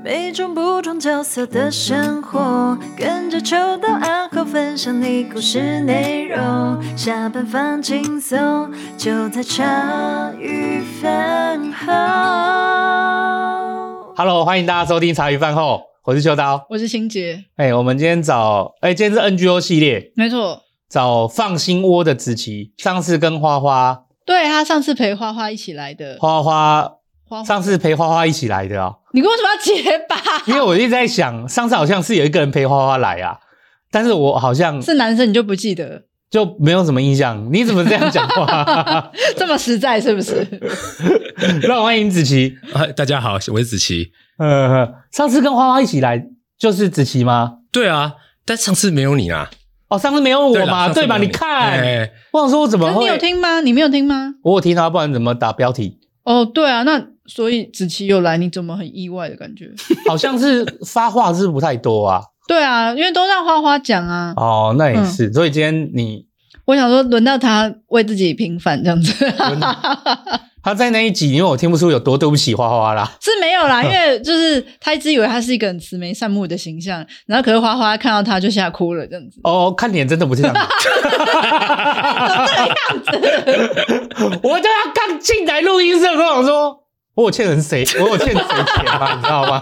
每种不同角色的生活，跟着秋到暗号分享你故事内容。下班放轻松，就在茶余饭后。 Hello， 欢迎大家收听茶余饭后，我是秋刀， 我是欣杰。 我们今天今天是 NGO 系列， 没错， 找放心窝的子琪，上次跟花花， 对，他上次陪花花一起来的， 上次陪花花一起来的啊。 你为什么要结巴？ 因为我一直在想，上次好像是有一个人陪花花来啊，但是我好像是男生，你就不记得， 就没有什么印象。你怎么这样讲话？ 这么实在是不是？ 让我欢迎子琪。 大家好，我是子琪。 上次跟花花一起来就是子琪吗？ 对啊，但上次没有你啊。 哦，上次没有我嘛，对吧？你看，我想说我怎么会？ 你有听吗？你没有听吗？ 我有听啊，不然怎么打标题？ 哦，对啊，那所以子琪有来，你怎么很意外的感觉？ 好像是发话是不太多啊。 对啊，因为都让花花讲啊。 哦，那也是，所以今天我想说轮到他为自己平反这样子。 他在那一集，因为我听不出有多对不起花花啦， 是没有啦，因为就是他一直以为他是一个很慈眉善目的形象，然后可是花花看到他就吓哭了这样子。 哦，看脸真的不是这样子。 这样子， 我叫他刚进来录音室跟我说，我有欠谁钱吗？你知道吗？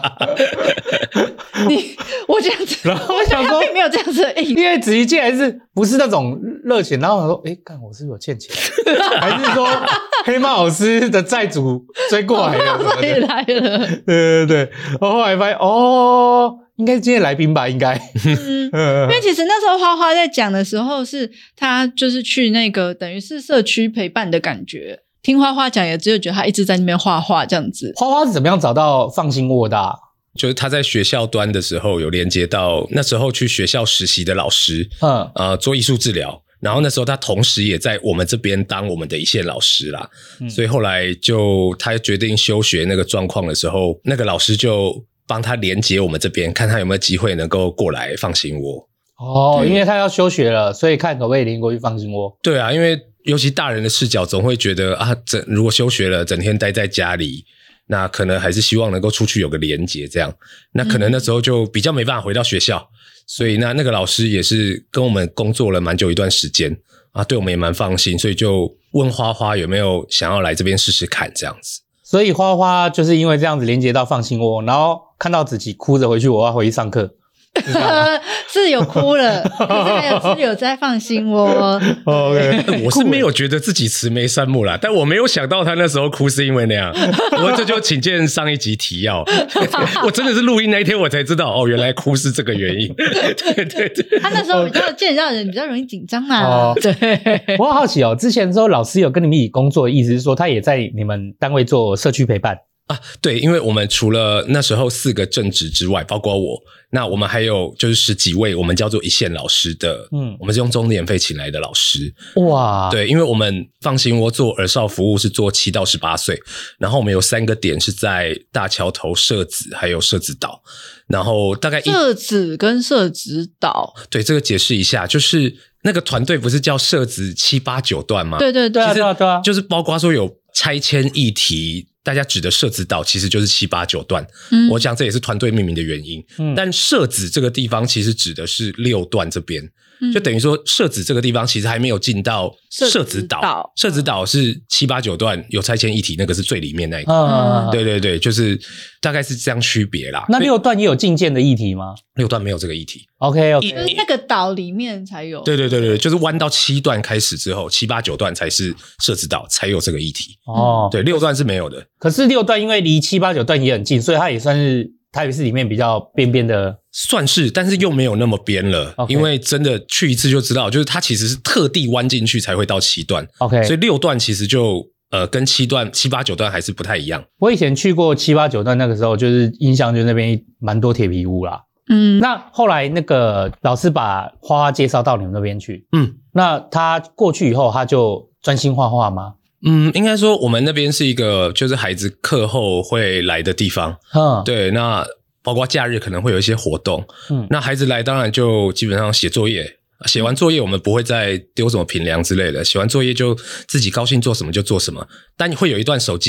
我这样子， 然后我想说并没有这样子的意思， 因为子怡进来不是那种热情，然后我说，干我是不是有欠钱？还是说黑猫老师的债主追过来了？ 所以来了。 对，我后来发现应该是今天来宾吧，应该。 因为其实那时候花花在讲的时候，是他就是去那个等于是社区陪伴的感觉。听花花讲，也只有觉得他一直在那边画画这样子。 花花是怎么样找到放心窝的啊？ 就是他在学校端的时候有连接到那时候去学校实习的老师，做艺术治疗，然后那时候他同时也在我们这边当我们的一线老师啦，所以后来他决定休学那个状况的时候，那个老师就帮他连接我们这边，看他有没有机会能够过来放心窝。 因为他要休学了，所以看可不可以连过去放心窝。 对啊，因为尤其大人的视角总会觉得如果休学了整天待在家里，那可能还是希望能够出去有个连结这样，那可能那时候就比较没办法回到学校，所以那个老师也是跟我们工作了蛮久一段时间啊，对我们也蛮放心，所以就问花花有没有想要来这边试试看这样子。 所以花花就是因为这样子连接到放心窝，然后看到自己哭着回去，我要回去上课。 是有哭了，可是还有在放心窝。 我是没有觉得自己慈眉善目啦，但我没有想到他那时候哭是因为那样。我这就请见上一集提要。我真的是录音那一天我才知道，原来哭是这个原因。对， 他那时候比较见到人比较容易紧张嘛。对， 我好奇之前的时候老师有跟你们一起工作的意思是说他也在你们单位做社区陪伴啊？对，因为我们除了那时候4个正职之外，包括我，那我们还有就是10几位我们叫做一线老师的，我们是用钟点费请来的老师。哇，对，因为我们放心窝做儿少服务是做7到18岁，然后我们有3个点是在大桥头、社子还有社子岛，然后大概社子跟社子岛， 对，这个解释一下，就是那个团队不是叫社子7、8、9段吗？ 对， 对啊， 就是包括说有拆迁议题。大家指的社子岛其实就是7、8、9段，我讲这也是团队命名的原因。但社子这个地方其实指的是6段这边，就等于说社子这个地方其实还没有进到社子岛。社子岛是7、8、9段有拆迁议题，那个是最里面那一个。对，就是大概是这样区别啦。 那6段也有进建的议题吗 ？6段没有这个议题。 OK， 就是那个岛里面才有。 对，就是弯到7段开始之后，7、8、9段才是社子岛才有这个议题。对，6段是没有的。 可是6段因为离7、8、9段也很近，所以它也算是台北市里面比较边边的， 算是，但是又没有那么边了。因为真的去一次就知道，就是它其实是特地弯进去才会到7段。所以6段其实就跟7段、7、8、9段还是不太一样。 我以前去过7、8、9段，那个时候就是印象就那边蛮多铁皮屋啦。那后来那个老师把花花介绍到你们那边去。那他过去以后，他就专心画画吗？ 应该说我们那边是一个就是孩子课后会来的地方。对，那包括假日可能会有一些活动。那孩子来当然就基本上写作业，写完作业我们不会再丢什么评量之类的，写完作业就自己高兴做什么就做什么，但会有一段手机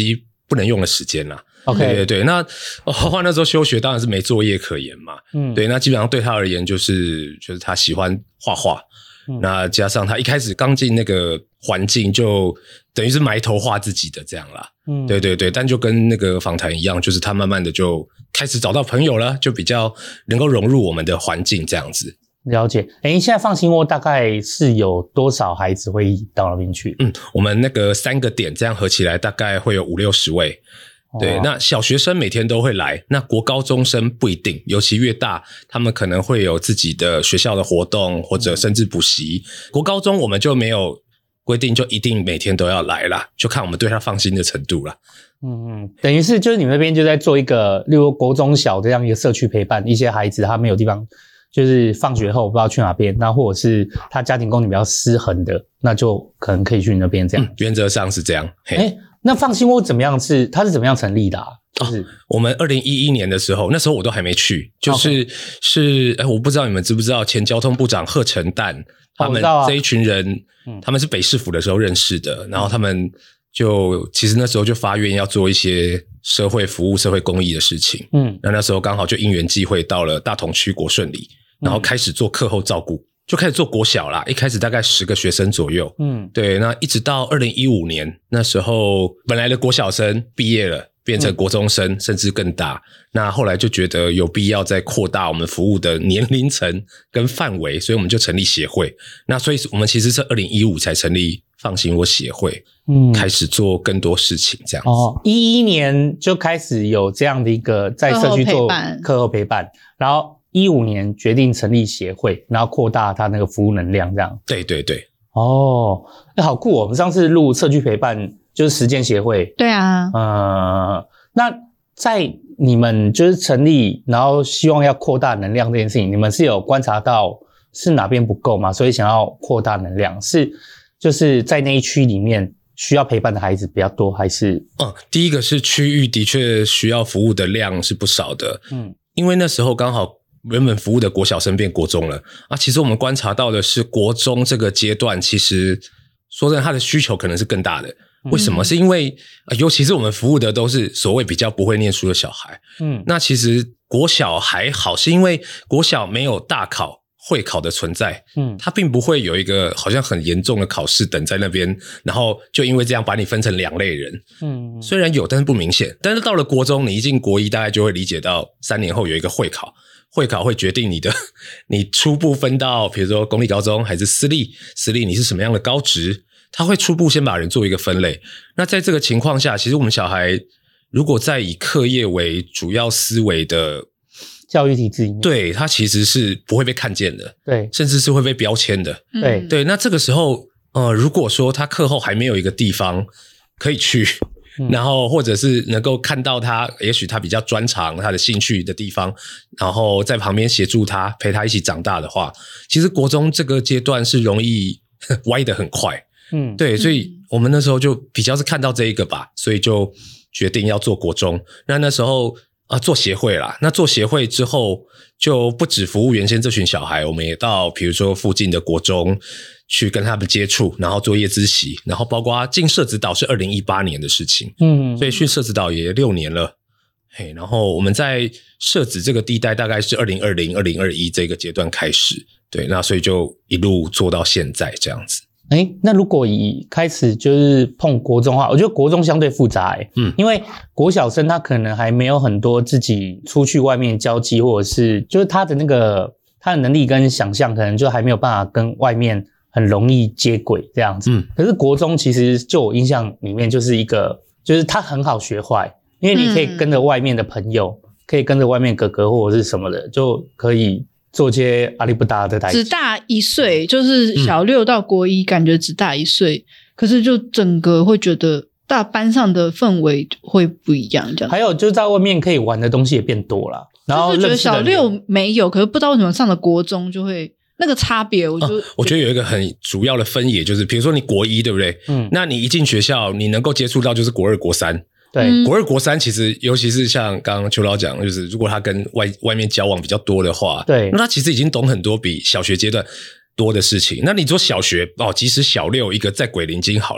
不能用的时间啦。 OK， 对对对，那花花那时候休学当然是没作业可言嘛。对，那基本上对他而言就是他喜欢画画。那加上他一开始刚进那个环境，就等于是埋头画自己的这样啦。对对对，但就跟那个访谈一样，就是他慢慢的就开始找到朋友了，就比较能够融入我们的环境这样子。 了解。现在放心窝大概是有多少孩子会到那边去？ 我们那个3个点这样合起来大概会有50-60位。对，那小学生每天都会来，那国高中生不一定，尤其越大，他们可能会有自己的学校的活动，或者甚至补习。国高中我们就没有规定，就一定每天都要来啦，就看我们对他放心的程度啦。 等于是就是你们那边就在做一个，例如国中小这样一个社区陪伴，一些孩子他没有地方，就是放学后不知道去哪边，那或者是他家庭功能比较失衡的，那就可能可以去那边这样。 原则上是这样。 那放心窝怎么样它是怎么样成立的啊？就是我们2011年的时候，那时候我都还没去，就是我不知道你们知不知道前交通部长贺成旦他们这一群人，他们是北市府的时候认识的，然后他们就其实那时候就发愿要做一些社会服务、社会公益的事情。那时候刚好就因缘际会到了大同区国顺里，然后开始做课后照顾。就开始做国小啦，一开始大概10个学生左右。对，那一直到2015年，那时候本来的国小生毕业了，变成国中生，甚至更大。那后来就觉得有必要再扩大我们服务的年龄层跟范围，所以我们就成立协会。那所以我们其实是2015才成立放心窝协会，开始做更多事情这样子。 11年就开始有这样的一个在社区做课后陪伴，然后15年决定成立协会，然后扩大它那个服务能量这样。 对对对。 好酷哦！我们上次录社区陪伴就是实践协会。 对啊。 那在你们就是成立，然后希望要扩大能量这件事情，你们是有观察到是哪边不够吗？所以想要扩大能量，是就是在那一区里面需要陪伴的孩子比较多，还是？ 第一个是区域的确需要服务的量是不少的。因为那时候刚好原本服务的国小生变国中了啊，其实我们观察到的是国中这个阶段，其实说真的，他的需求可能是更大的。为什么？是因为尤其是我们服务的都是所谓比较不会念书的小孩。那其实国小还好，是因为国小没有大考会考的存在。它并不会有一个好像很严重的考试等在那边，然后就因为这样把你分成2类人。虽然有，但是不明显。但是到了国中，你一进国一，大概就会理解到3年后有一个会考。会考会决定你初步分到比如说公立高中还是私立你是什么样的高职，他会初步先把人做一个分类。那在这个情况下，其实我们小孩如果在以课业为主要思维的教育体制里面， 对，他其实是不会被看见的， 对， 甚至是会被标签的。对，那这个时候如果说他课后还没有一个地方可以去，然后或者是能够看到他也许他比较专长他的兴趣的地方，然后在旁边协助他陪他一起长大的话，其实国中这个阶段是容易歪得很快。对，所以我们那时候就比较是看到这一个吧，所以就决定要做国中。那时候做协会啦，那做协会之后就不只服务原先这群小孩，我们也到比如说附近的国中去跟他们接触，然后做夜咨习，然后包括进社子岛是2018年的事情。所以去社子岛也6年了。然后我们在社子这个地带大概是2020、2021这个阶段开始。对，那所以就一路做到现在这样子。 那如果以开始就是碰国中的话，我觉得国中相对复杂因为国小生他可能还没有很多自己出去外面交际，或者是就是他的能力跟想象可能就还没有办法跟外面很容易接轨这样子。可是国中其实就我印象里面就是一个，就是他很好学坏，因为你可以跟着外面的朋友，可以跟着外面哥哥或者是什么的，就可以做些阿里不达的代志。 只大1岁，就是小6到国1，感觉只大1岁，可是就整个会觉得大班上的氛围会不一样这样。 还有就是在外面可以玩的东西也变多了，然后就是觉得小6没有，可是不知道为什么上了国中就会那个差别。我觉得有一个很主要的分野，就是比如说你国1对不对？那你一进学校你能够接触到就是国2国3。 对， 国2国3其实尤其是像刚刚邱老讲，就是如果他跟外面交往比较多的话， 对， 那他其实已经懂很多比小学阶段多的事情。那你说小学即使小6一个在鬼灵精好了，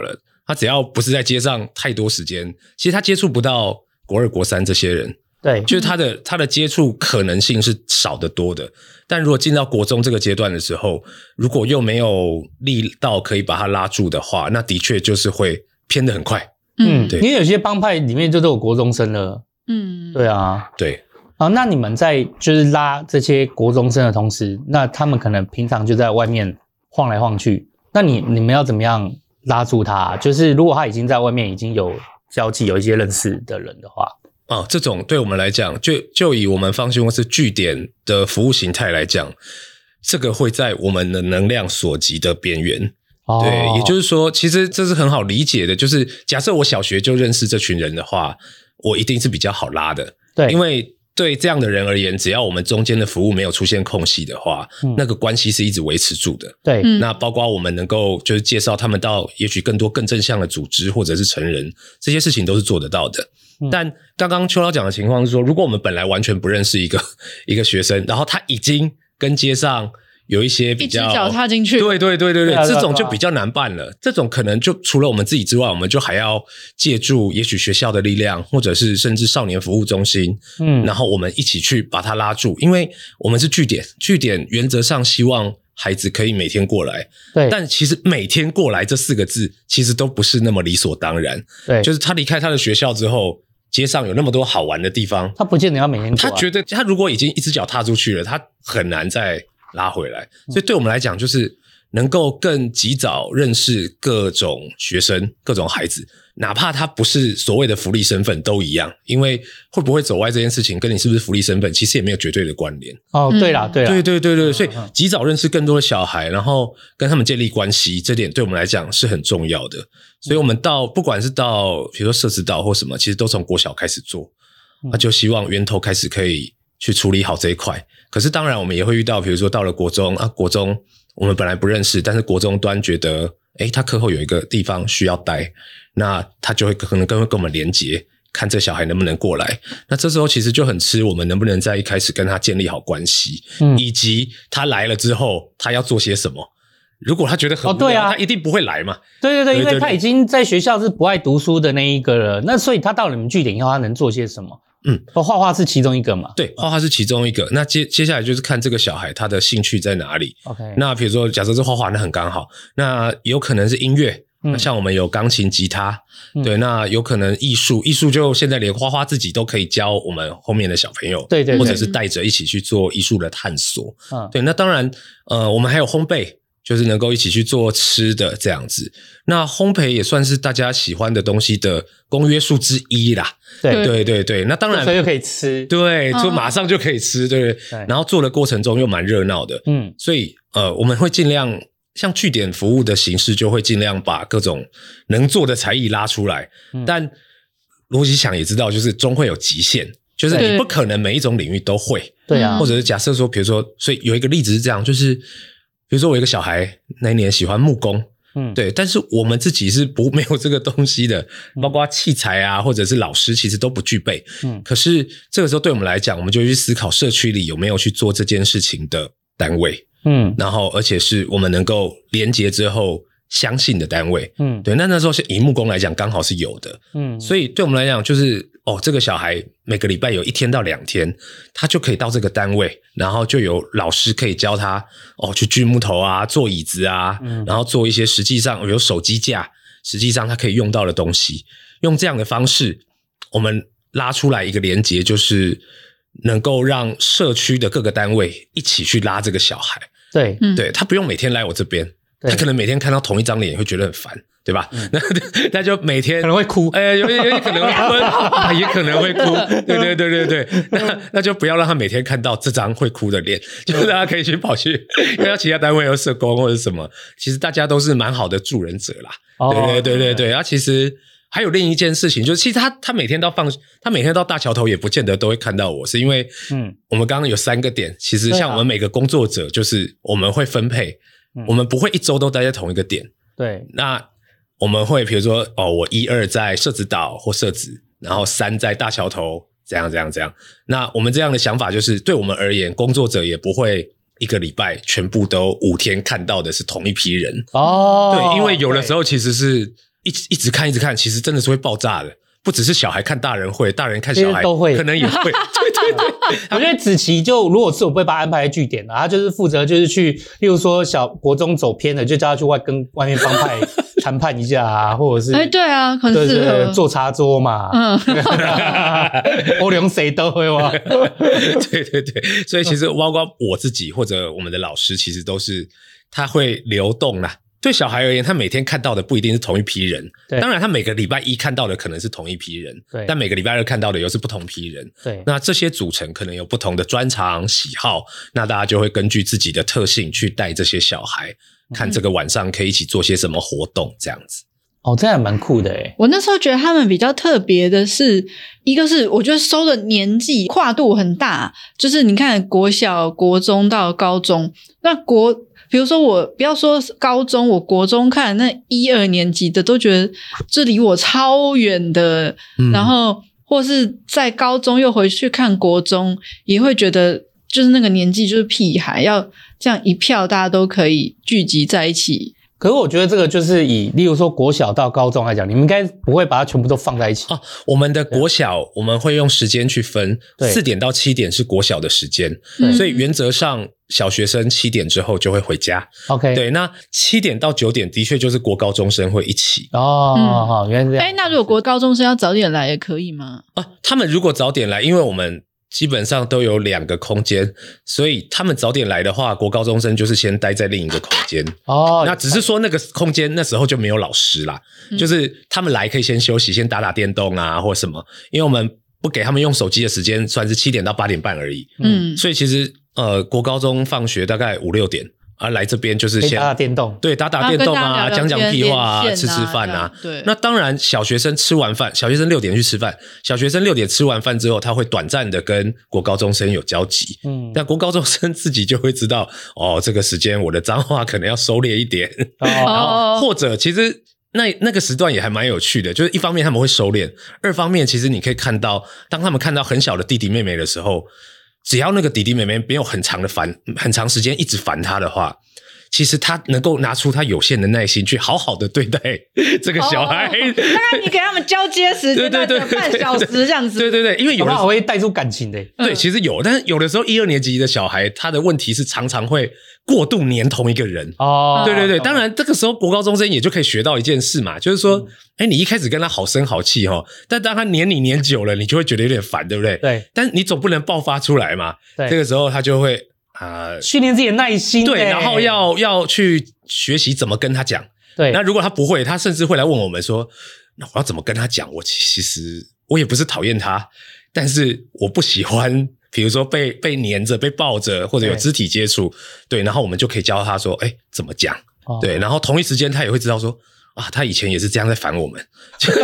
他只要不是在街上太多时间，其实他接触不到国2、国3这些人。 对， 就是他的接触可能性是少得多的。但如果进到国中这个阶段的时候，如果又没有力道可以把他拉住的话，那的确就是会偏得很快。 对，因为有些帮派里面就都有国中生了。对啊， 对。 那你们在就是拉这些国中生的同时，那他们可能平常就在外面晃来晃去，那你们要怎么样拉住他？就是如果他已经在外面已经有交际，有一些认识的人的话。 这种对我们来讲，就以我们放心公司据点的服务形态来讲，这个会在我们的能量所及的边缘。对，也就是说，其实这是很好理解的，就是假设我小学就认识这群人的话，我一定是比较好拉的。 对， 因为对这样的人而言，只要我们中间的服务没有出现空隙的话，那个关系是一直维持住的。 对， 那包括我们能够就是介绍他们到也许更多更正向的组织或者是成人，这些事情都是做得到的。但刚刚邱老讲的情况是说，如果我们本来完全不认识一个学生，然后他已经跟街上有一些比较一只脚踏进去， 对，这种就比较难办了。这种可能就除了我们自己之外，我们就还要借助也许学校的力量，或者是甚至少年服务中心，然后我们一起去把他拉住，因为我们是据点原则上希望孩子可以每天过来， 对， 但其实每天过来这4个字其实都不是那么理所当然。 对， 就是他离开他的学校之后，街上有那么多好玩的地方， 他不见得要每天过来。 他觉得他如果已经一只脚踏出去了，他很难再拉回来。所以对我们来讲，就是能够更及早认识各种学生、各种孩子，哪怕他不是所谓的福利身份都一样，因为会不会走歪这件事情跟你是不是福利身份其实也没有绝对的关联。 对啦， 对，所以及早认识更多的小孩，然后跟他们建立关系，这点对我们来讲是很重要的。所以我们不管是到比如说社子岛或什么，其实都从国小开始做，那就希望源头开始可以去处理好这一块。可是当然我们也会遇到，比如说到了国中国中我们本来不认识，但是国中端觉得他课后有一个地方需要待，那他就会可能跟我们连结，看这小孩能不能过来。那这时候其实就很吃我们能不能在一开始跟他建立好关系，以及他来了之后他要做些什么。如果他觉得很无聊，他一定不会来嘛。 对，因为他已经在学校是不爱读书的那一个了，那所以他到你们据点以后他能做些什么？画画是其中一个嘛？对， 画画是其中一个。那接下来就是看这个小孩他的兴趣在哪里。 OK， 那比如说假设是画画，那很刚好。那有可能是音乐，像我们有钢琴、吉他，对，那有可能艺术就现在连花花自己都可以教我们后面的小朋友， 对， 或者是带着一起去做艺术的探索。对，那当然我们还有烘焙，就是能够一起去做吃的这样子。那烘焙也算是大家喜欢的东西的公约数之一啦。对，那当然所以就可以吃， 对，就马上就可以吃，对。然后做的过程中又蛮热闹的，所以我们会尽量像据点服务的形式，就会尽量把各种能做的才艺拉出来。但逻辑想也知道，就是终会有极限，就是你不可能每一种领域都会。 对啊， 或者是假设说，比如说，所以有一个例子是这样，就是比如说我有一个小孩那一年喜欢木工。对，但是我们自己是没有这个东西的，包括器材啊，或者是老师其实都不具备。可是这个时候对我们来讲，我们就去思考社区里有没有去做这件事情的单位。然后而且是我们能够连结之后相信的单位。对，那时候是以木工来讲刚好是有的。所以对我们来讲就是这个小孩每个礼拜有1天到2天他就可以到这个单位，然后就有老师可以教他去锯木头啊，做椅子啊，然后做一些实际上有手机架实际上他可以用到的东西。用这样的方式我们拉出来一个连结，就是能够让社区的各个单位一起去拉这个小孩。对，他不用每天来我这边，他可能每天看到同一张脸也会觉得很烦，对吧？那就每天可能会哭， 有可能会哭，也可能会哭。对，那就不要让他每天看到这张会哭的脸，就是大家可以去跑去，因为其他单位有社工或者什么，其实大家都是蛮好的助人者啦。对，其实还有另一件事情，就是其实他每天到大桥头也不见得都会看到我，是因为我们刚刚有3个点，其实像我们每个工作者就是我们会分配，我们不会一周都待在同一个点。对，那我们会比如说我1、2在社子岛或社子，然后3在大桥头，这样。那我们这样的想法就是对我们而言，工作者也不会一个礼拜全部都5天看到的是同一批人。对，因为有的时候其实是一直看，其实真的是会爆炸的。不只是小孩看大人会，大人看小孩都会， 可能也会。对， 我觉得子琪就如果是我不会把他安排在据点的，他就是负责就是去，例如说国中走偏了，就叫他去跟外面帮派谈判一下啊，或者是对啊，很适合对做茶桌嘛。欧良谁都会哇。 对，所以其实包括我自己或者我们的老师，其实都是他会流动啦。对小孩而言，他每天看到的不一定是同一批人，当然他每个礼拜一看到的可能是同一批人，但每个礼拜二看到的又是不同批人。 对， 那这些组成可能有不同的专长喜好，那大家就会根据自己的特性去带这些小孩，看这个晚上可以一起做些什么活动这样子。 这还蛮酷的耶。 我那时候觉得他们比较特别的是，一个是我觉得收的年纪跨度很大，就是你看国小、国中到高中，那比如说我不要说高中，我国中看那1、2年级的都觉得这离我超远的，然后或是在高中又回去看国中，也会觉得就是那个年纪就是屁孩，要这样一票大家都可以聚集在一起。 可是我觉得这个就是例如说国小到高中来讲，你们应该不会把它全部都放在一起。 我们的国小我们会用时间去分，4点到7点是国小的时间，所以原则上小学生7点之后就会回家。 OK， 对，那7点到9点的确就是国高中生会一起。 原来是这样。 那如果国高中生要早点来也可以吗？ 他们如果早点来，因为我们基本上都有2个空间，所以他们早点来的话，国高中生就是先待在另一个空间。那只是说那个空间那时候就没有老师啦，就是他们来可以先休息，先打电动啊或什么，因为我们不给他们用手机的时间算是7点到8点半而已。所以其实国高中放学大概5、6点。来这边就是先打电动， 对，打电动啊，讲屁话啊，吃饭啊。 对， 那当然，小学生吃完饭，小学生6点去吃饭，小学生6点吃完饭之后，他会短暂的跟国高中生有交集。但国高中生自己就会知道，这个时间我的脏话可能要收敛一点。然后或者其实那个时段也还蛮有趣的，就是一方面他们会收敛，二方面其实你可以看到，当他们看到很小的弟弟妹妹的时候。只要那个弟弟妹妹没有很长时间一直烦他的话，其实他能够拿出他有限的耐心去好好的对待这个小孩。 大概你给他们交接时间对半小时这样子。 对，因为有的时候会带出感情的。 对，其实有，但是有的时候1、2年级的小孩他的问题是常常会过度黏同一个人。对，当然这个时候国高中生也就可以学到一件事嘛，就是说你一开始跟他好声好气但当他黏你黏久了，你就会觉得有点烦，对不对？ 对， 但你总不能爆发出来嘛。对，这个时候他就会训练自己的耐心。 对，然后要去学习怎么跟他讲。 对， 那如果他不会，他甚至会来问我们说，那我要怎么跟他讲？其实我也不是讨厌他，但是我不喜欢比如说被黏着被抱着或者有肢体接触， 对，然后我们就可以教他说怎么讲，对，然后同一时间他也会知道说他以前也是这样在烦我们。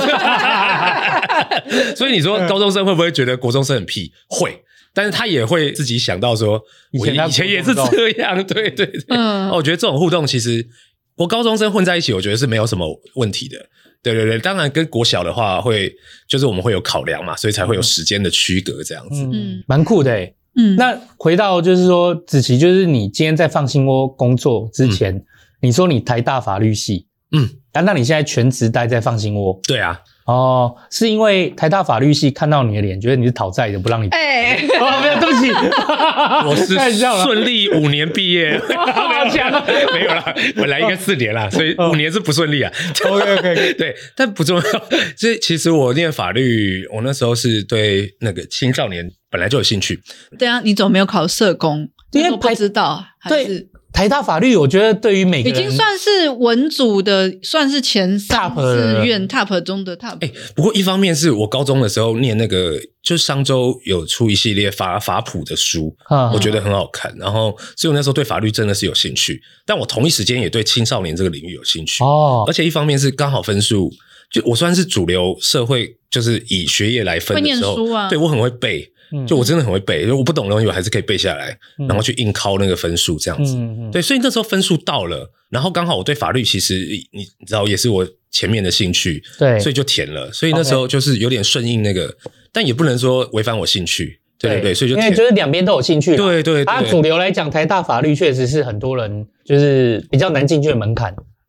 所以你说高中生会不会觉得国中生很屁？会，但是他也会自己想到说我以前也是这样。对对对，我觉得这种互动其实国高中生混在一起我觉得是没有什么问题的。对对对，当然跟国小的话会就是我们会有考量嘛，所以才会有时间的区隔这样子。 蛮酷的耶。那回到就是说子琪，就是你今天在放心窝工作之前，你说你台大法律系，那你现在全职待在放心窝？ 对啊。 是因为台大法律系看到你的脸，觉得你是讨债的，不让你。没有，对不起， 我是顺利5年毕业， 好强啊！ 没有啦，本来应该4年啦，所以5年是不顺利啊。 OK， 对，但不重要。这其实我念法律，我那时候是对那个青少年本来就有兴趣。 对啊，你怎么没有考社工？因为不知道，还是台大法律，我觉得对于每个人已经算是文组的，算是前3志愿 top 中的 top。 不过一方面是我高中的时候念那个，就是商周有出一系列法普的书，我觉得很好看，然后所以我那时候对法律真的是有兴趣，但我同一时间也对青少年这个领域有兴趣。而且一方面是刚好分数，就我算是主流社会，就是以学业来分的时候， 会念书啊， 对，我很会背。就我真的很会背，就我不懂的东西我还是可以背下来，然后去硬敲那个分数这样子。对，所以那时候分数到了，然后刚好我对法律其实你知道也是我前面的兴趣，对，所以就填了。所以那时候就是有点顺应那个，但也不能说违反我兴趣。对对对，所以就填， 因为就是两边都有兴趣。 对对对， 主流来讲，台大法律确实是很多人就是比较难进去的门槛。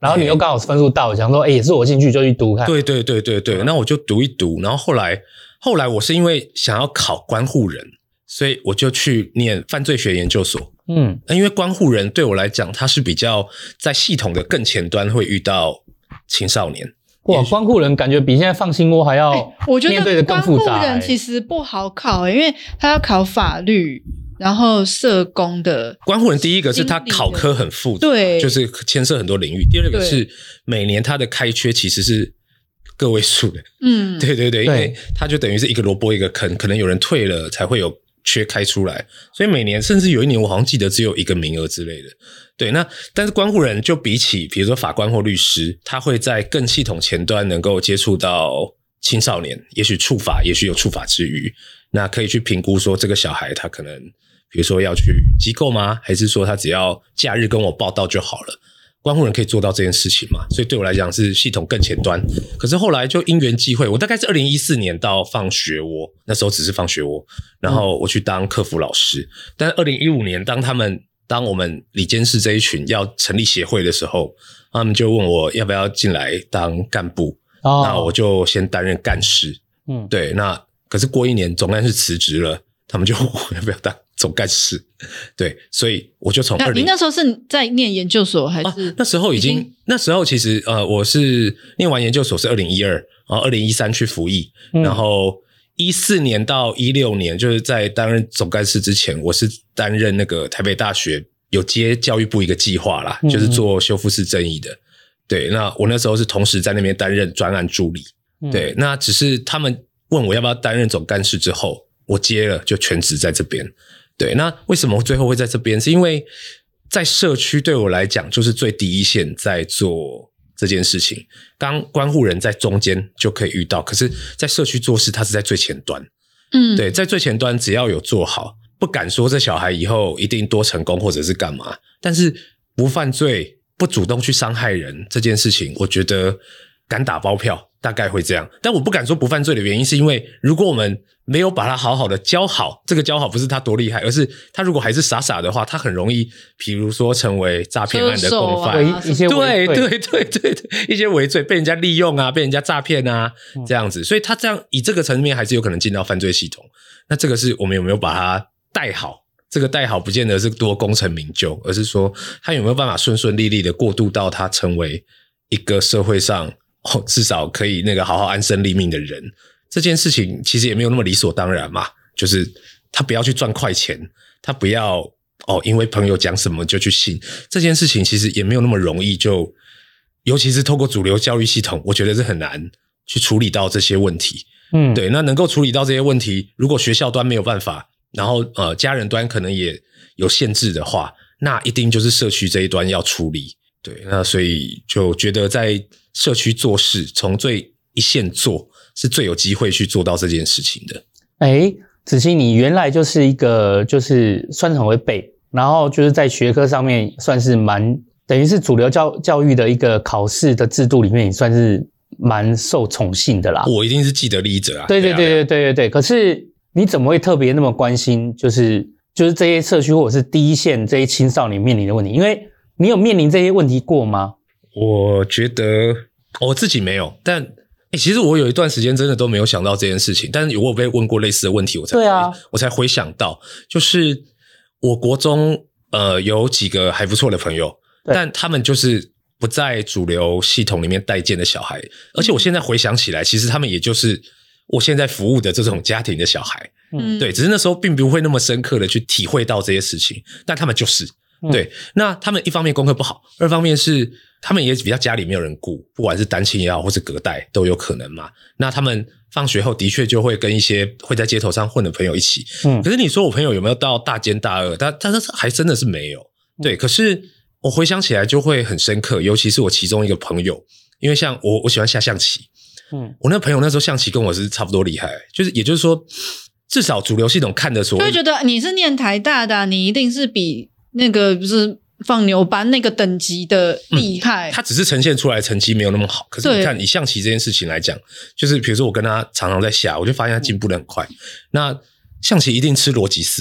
然后你又刚好分数到，想说也是我兴趣就去读看。 对，那我就读一读，然后后来我是因为想要考观护人，所以我就去念犯罪学研究所。因为观护人对我来讲，他是比较在系统的更前端会遇到青少年。 哇，观护人感觉比现在放心窝还要面对的更复杂。 观护人其实不好考，因为他要考法律，然后社工的。 观护人第一个是他考科很复杂， 对， 就是牵涉很多领域。第二个是每年他的开缺其实是个位数的。对，因为他就等于是一个萝卜一个坑，可能有人退了才会有缺开出来，所以每年甚至有一年我好像记得只有1个名额之类的。对，那但是观护人就比起比如说法官或律师，他会在更系统前端能够接触到青少年，也许触法，也许有触法之余，那可以去评估说这个小孩他可能比如说要去机构吗？还是说他只要假日跟我报到就好了？观护人可以做到这件事情嘛？所以对我来讲是系统更前端。可是后来就因缘际会，我大概是2014年到放学窝，那时候只是放学窝，然后我去当客服老师。但是2015年当我们理监事这一群要成立协会的时候，他们就问我要不要进来当干部。那我就先担任干事。对，那可是过1年总干事辞职了，他们就问我要不要当总干事。对，所以我就从你那时候是在念研究所还是？ 那时候那时候其实我是念完研究所是2012，然后2013去服役，然后14年到16年就是在担任总干事之前，我是担任那个台北大学有接教育部一个计划啦，就是做修复式正义的。对，那我那时候是同时在那边担任专案助理。对，那只是他们问我要不要担任总干事之后，我接了就全职在这边。对，那为什么最后会在这边？是因为在社区对我来讲就是最第一线在做这件事情，刚观护人在中间就可以遇到，可是在社区做事他是在最前端。对，在最前端只要有做好，不敢说这小孩以后一定多成功或者是干嘛，但是不犯罪不主动去伤害人这件事情，我觉得敢打包票大概会这样。但我不敢说不犯罪的原因是因为如果我们没有把他好好的教好，这个教好不是他多厉害，而是他如果还是傻傻的话，他很容易比如说成为诈骗案的共犯。 一些对，一些违罪被人家利用啊，被人家诈骗啊，这样子。所以他这样以这个层面还是有可能进到犯罪系统。那这个是我们有没有把他带好，这个带好不见得是多功成名就，而是说他有没有办法顺顺利利的过渡到他成为一个社会上至少可以那个好好安身立命的人。这件事情其实也没有那么理所当然嘛，就是他不要去赚快钱，他不要因为朋友讲什么就去信，这件事情其实也没有那么容易，就尤其是透过主流教育系统，我觉得是很难去处理到这些问题。对，那能够处理到这些问题，如果学校端没有办法，然后家人端可能也有限制的话，那一定就是社区这一端要处理。对，那所以就觉得在社区做事，从最一线做是最有机会去做到这件事情的。 子欣，你原来就是一个就是算是很会背，然后就是在学科上面算是等于是主流教育的一个考试的制度里面，你算是蛮受宠幸的啦。 我一定是既得利益者啊。 对。可是你怎么会特别那么关心就是这些社区或者是第一线这些青少年面临的问题？因为你有面临这些问题过吗？ 我觉得我自己没有，但其实我有一段时间真的都没有想到这件事情，但是我有被问过类似的问题，我才回想到，就是我国中有几个还不错的朋友，但他们就是不在主流系统里面待见的小孩，而且我现在回想起来，其实他们也就是我现在服务的这种家庭的小孩。对，只是那时候并不会那么深刻的去体会到这些事情，但他们就是对。那他们一方面功课不好，二方面是他们也比较家里没有人顾，不管是单亲也好或是隔代都有可能嘛。那他们放学后的确就会跟一些会在街头上混的朋友一起。可是你说我朋友有没有到大奸大恶，他还真的是没有。对，可是我回想起来就会很深刻，尤其是我其中一个朋友，因为像我喜欢下象棋。我那个朋友那时候象棋跟我是差不多厉害，也就是说至少主流系统看的所谓， 就会觉得你是念台大的你一定是比那个不是放牛班那个等级的厉害。 他只是呈现出来的成绩没有那么好，可是你看以象棋这件事情来讲，就是比如说我跟他常常在下，我就发现他进步得很快。那象棋一定吃逻辑思维嘛，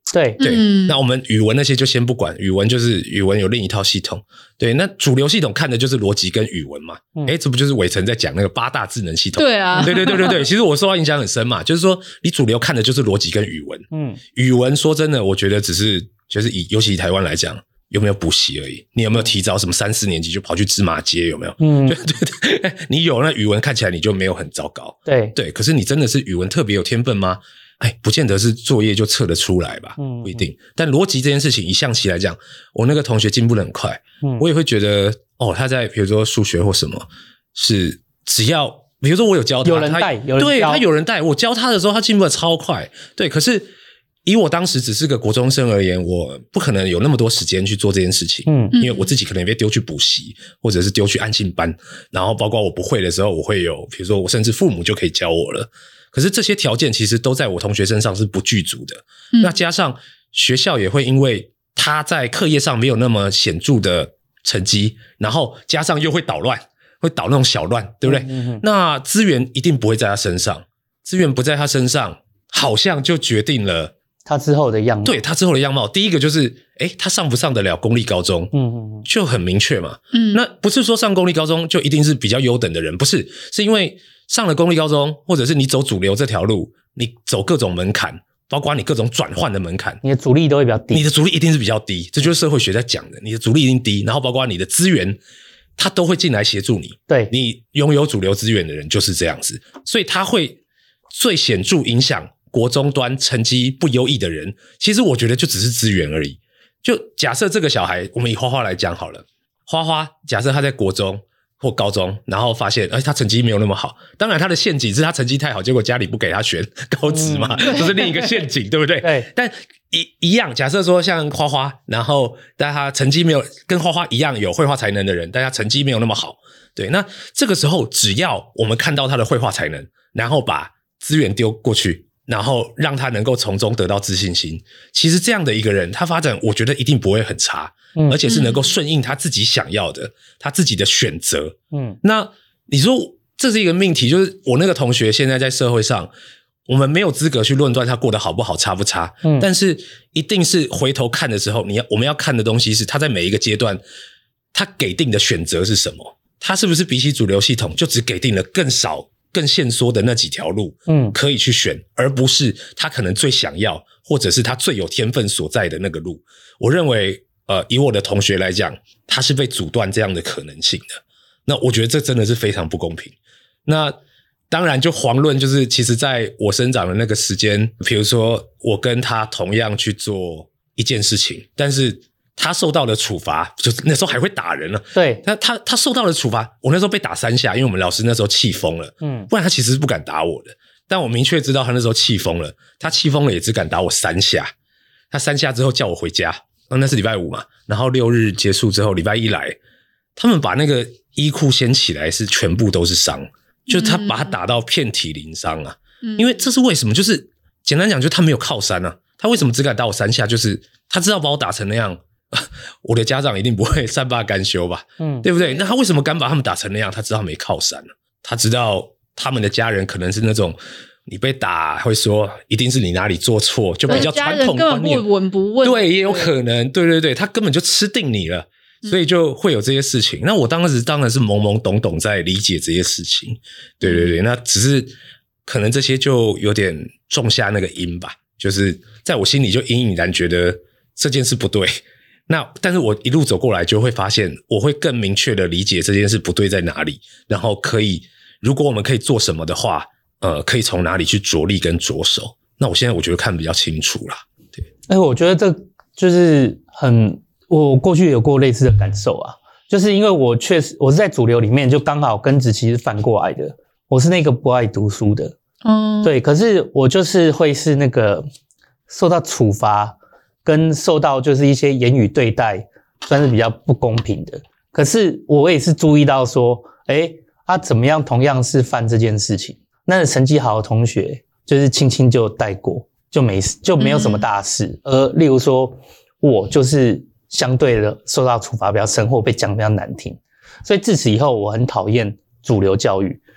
对对，那我们语文那些就先不管，语文就是语文有另一套系统。对，那主流系统看的就是逻辑跟语文嘛。这不就是伟成在讲那个8大智能系统？ 对啊， 对，其实我受到影响很深嘛，就是说你主流看的就是逻辑跟语文。语文说真的，我觉得只是就是尤其以台湾来讲，有没有补习而已，你有没有提早什么3、4年级就跑去芝麻街，有没有？对，你有，那语文看起来你就没有很糟糕。对，可是你真的是语文特别有天分吗？不见得是作业就测得出来吧，不一定。但逻辑这件事情，以象棋来讲，我那个同学进步得很快，我也会觉得他在比如说数学或什么，是只要比如说我有教他， 有人带， 对，他有人带，我教他的时候他进步得超快。对，可是以我当时只是个国中生而言，我不可能有那么多时间去做这件事情，因为我自己可能也被丢去补习，或者是丢去安亲班，然后包括我不会的时候，我会有比如说我甚至父母就可以教我了。可是这些条件其实都在我同学身上是不具足的，那加上学校也会因为他在课业上没有那么显著的成绩，然后加上又会捣乱，会捣那种小乱，对不对？那资源一定不会在他身上，资源不在他身上，好像就决定了他之后的样貌。 对，他之后的样貌，第一个就是他上不上得了公立高中，就很明确嘛。那不是说上公立高中就一定是比较优等的人，不是，是因为上了公立高中，或者是你走主流这条路，你走各种门槛，包括你各种转换的门槛， 你的阻力都会比较低， 你的阻力一定是比较低，这就是社会学在讲的，你的阻力一定低，然后包括你的资源他都会进来协助你。 对， 你拥有主流资源的人就是这样子，所以他会最显著影响国中端成绩不优异的人。其实我觉得就只是资源而已。就假设这个小孩，我们以花花来讲好了，花花假设他在国中或高中，然后发现他成绩没有那么好，当然他的陷阱是他成绩太好，结果家里不给他选高职嘛，这是另一个陷阱，对不对？ 对。 但一样，假设说像花花，然后但他成绩没有跟花花一样有绘画才能的人，但他成绩没有那么好，对，那这个时候只要我们看到他的绘画才能，然后把资源丢过去，然后让他能够从中得到自信心，其实这样的一个人他发展我觉得一定不会很差，而且是能够顺应他自己想要的，他自己的选择。那你说这是一个命题，就是我那个同学现在在社会上，我们没有资格去论断他过得好不好差不差，但是一定是回头看的时候，我们要看的东西是他在每一个阶段他给定的选择是什么，他是不是比起主流系统就只给定了更少更限缩的那几条路可以去选，而不是他可能最想要或者是他最有天分所在的那个路。我认为以我的同学来讲，他是被阻断这样的可能性的，那我觉得这真的是非常不公平。那当然就遑论就是其实在我生长的那个时间，比如说我跟他同样去做一件事情，但是他受到的处罚，就是那时候还会打人了。 对， 他受到的处罚，我那时候被打3下，因为我们老师那时候气疯了，不然他其实是不敢打我的。但我明确知道他那时候气疯了，他气疯了也只敢打我3下。他3下之后叫我回家，那是礼拜5嘛，然后6日结束之后，礼拜1来，他们把那个衣裤掀起来是全部都是伤，就他把他打到遍体鳞伤啊。因为这是为什么？就是简单讲，就是他没有靠山啊。他为什么只敢打我3下？就是他知道把我打成那样，我的家长一定不会善罢甘休吧，对不对？那他为什么敢把他们打成那样？他知道他没靠山啊，他知道他们的家人可能是那种你被打会说一定是你哪里做错，就比较传统观念， 根本不闻不问。 对，也有可能，对，他根本就吃定你了，所以就会有这些事情。那我当时当然是懵懵懂懂在理解这些事情，对，那只是可能这些就有点种下那个因吧，就是在我心里就隐隐然觉得这件事不对。那但是我一路走过来就会发现，我会更明确的理解这件事不对在哪里，然后如果我们可以做什么的话，可以从哪里去着力跟着手。那我现在我觉得看比较清楚啦。 对，我觉得这就是我过去有过类似的感受啊，就是因为我确实我是在主流里面，就刚好跟子琪是反过来的，我是那个不爱读书的，对，可是我就是会是那个受到处罚跟受到就是一些言语对待算是比较不公平的。可是我也是注意到说怎么样同样是犯这件事情，那成绩好的同学就是轻轻就带过，就没有什么大事，而例如说我就是相对的受到处罚比较深，或被讲比较难听。所以自此以后我很讨厌主流教育，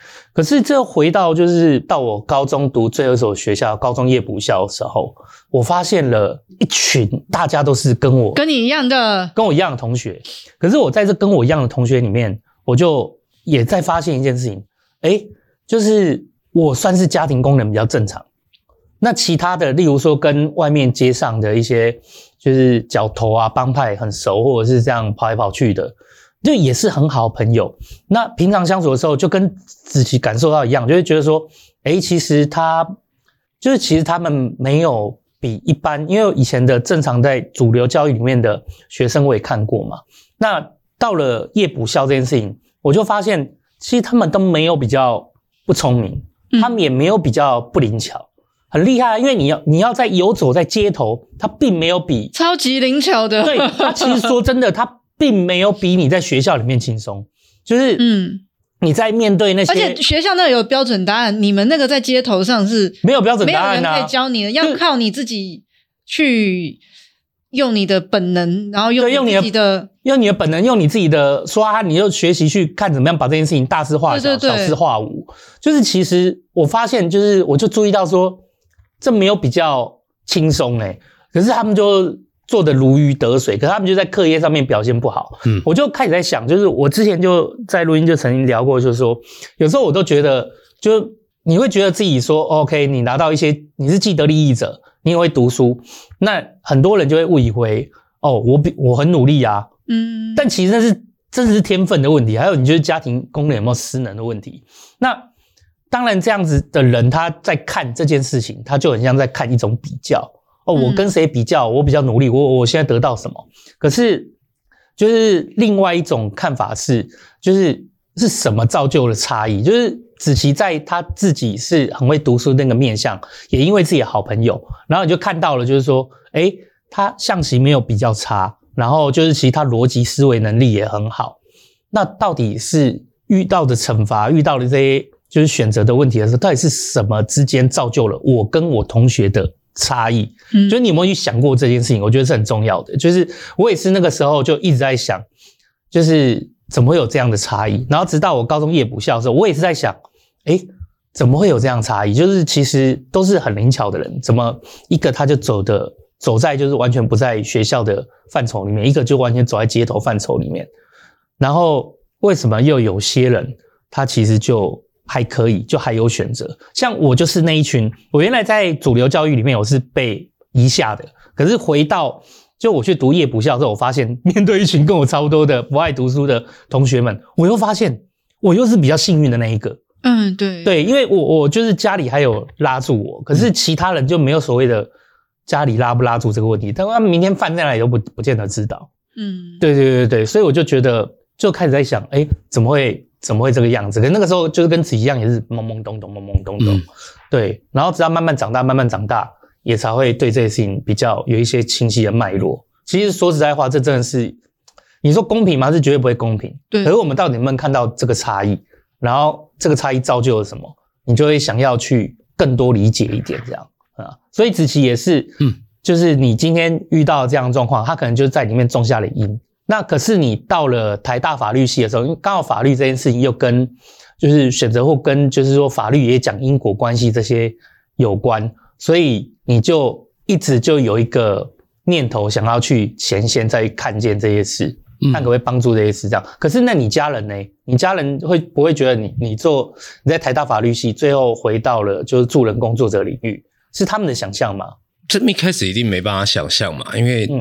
可是这回到就是到我高中读最后一所学校高中夜补校的时候，我发现了一群大家都是跟我一样的同学。可是我在这跟我一样的同学里面，我就也在发现一件事情，就是我算是家庭功能比较正常。那其他的例如说跟外面街上的一些就是角头啊帮派很熟，或者是这样跑来跑去的，就也是很好的朋友。那平常相处的时候就跟子琪感受到一样，就会觉得说其实他们没有比一般，因为以前的正常在主流教育里面的学生我也看过嘛。那到了夜补校这件事情，我就发现其实他们都没有比较不聪明，他们也没有比较不灵巧，很厉害。因为你要在游走在街头，他并没有比超级灵巧的。 对，他其实说真的，他并没有比你在学校里面轻松。就是你在面对那些， 而且学校那有标准答案，你们那个在街头上是没有标准答案没有人可以教你的，要靠你自己去用你的本能，然后用你自己的本能，用你自己的说你就学习去看怎么样把这件事情大事化小，小事化无。就是其实我发现，就是我就注意到说，这没有比较轻松可是他们就做得如鱼得水，可是他们就在课业上面表现不好。我就开始在想，就是我之前就在录音就曾经聊过，就是说有时候我都觉得，就你会觉得自己说 OK， 你拿到一些，你是既得利益者，你也会读书，那很多人就会误以为我很努力啊，但其实这是天分的问题，还有你就是家庭功能有没有失能的问题。那当然这样子的人他在看这件事情，他就很像在看一种比较，我跟谁比较，我比较努力，我现在得到什么。可是就是另外一种看法是什么造就了差异，就是子琪在他自己是很会读书那个面向，也因为自己的好朋友，然后你就看到了就是说他象棋没有比较差，然后就是其实他逻辑思维能力也很好。那到底是遇到的惩罚，遇到的这些就是选择的问题的时候，到底是什么之间造就了我跟我同学的差异？就是你有没有去想过这件事情？我觉得是很重要的。就是我也是那个时候就一直在想，就是怎么会有这样的差异？然后直到我高中夜补校的时候，我也是在想，怎么会有这样的差异？就是其实都是很灵巧的人，怎么一个他就走在就是完全不在学校的范畴里面，一个就完全走在街头范畴里面。然后为什么又有些人他其实就还可以，就还有选择？像我就是那一群，我原来在主流教育里面我是被遗下的，可是回到就我去读夜补校之后，我发现面对一群跟我差不多的不爱读书的同学们，我又发现我又是比较幸运的那一个。对，因为我就是家里还有拉住我，可是其他人就没有所谓的家里拉不拉住这个问题，他们明天饭在哪里都不见得知道。对，所以我就觉得就开始在想，怎么会这个样子？可是那个时候就是跟自己一样，也是懵懵懂懂。对，然后直到慢慢长大，也才会对这些事情比较有一些清晰的脉络。其实说实在话，这真的是你说公平吗？是绝对不会公平。 对。 可是我们到底能不能看到这个差异？然后这个差异造就了什么？你就会想要去更多理解一点这样啊。所以子琪也是，就是你今天遇到这样的状况，他可能就是在里面种下了因。那可是你到了台大法律系的时候，因为刚好法律这件事情又跟就是选择或跟就是说法律也讲因果关系这些有关，所以你就一直就有一个念头想要去前线再看见这些事，看可不可以帮助这些事这样。可是那你家人呢？你家人会不会觉得你在台大法律系最后回到了就是助人工作者领域，是他们的想象吗？ 这一开始一定没办法想象嘛，因为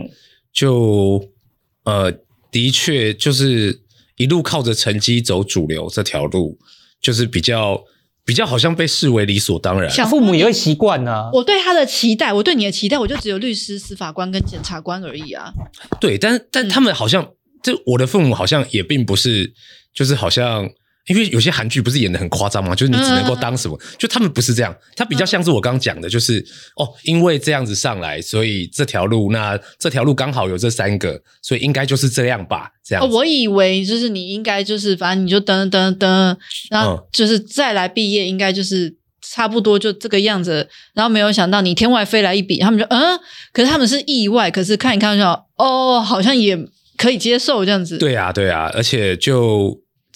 的确就是一路靠着成绩走主流这条路，就是比较好像被视为理所当然。 父母也会习惯啊。 我对他的期待，我对你的期待，我就只有律师、司法官跟检察官而已啊。 对，但他们好像，就我的父母好像也并不是，就是好像。因为有些韩剧不是演得很夸张吗？就是你只能够当什么，就他们不是这样，他比较像是我刚刚讲的，就是因为这样子上来，所以这条路刚好有这3个，所以应该就是这样吧，这样子。 我以为就是你应该就是反正你就等，然后就是再来毕业，应该就是差不多就这个样子，然后没有想到你天外飞来一笔，他们就可是他们是意外，可是看一看就好像也可以接受这样子。 对啊，而且就。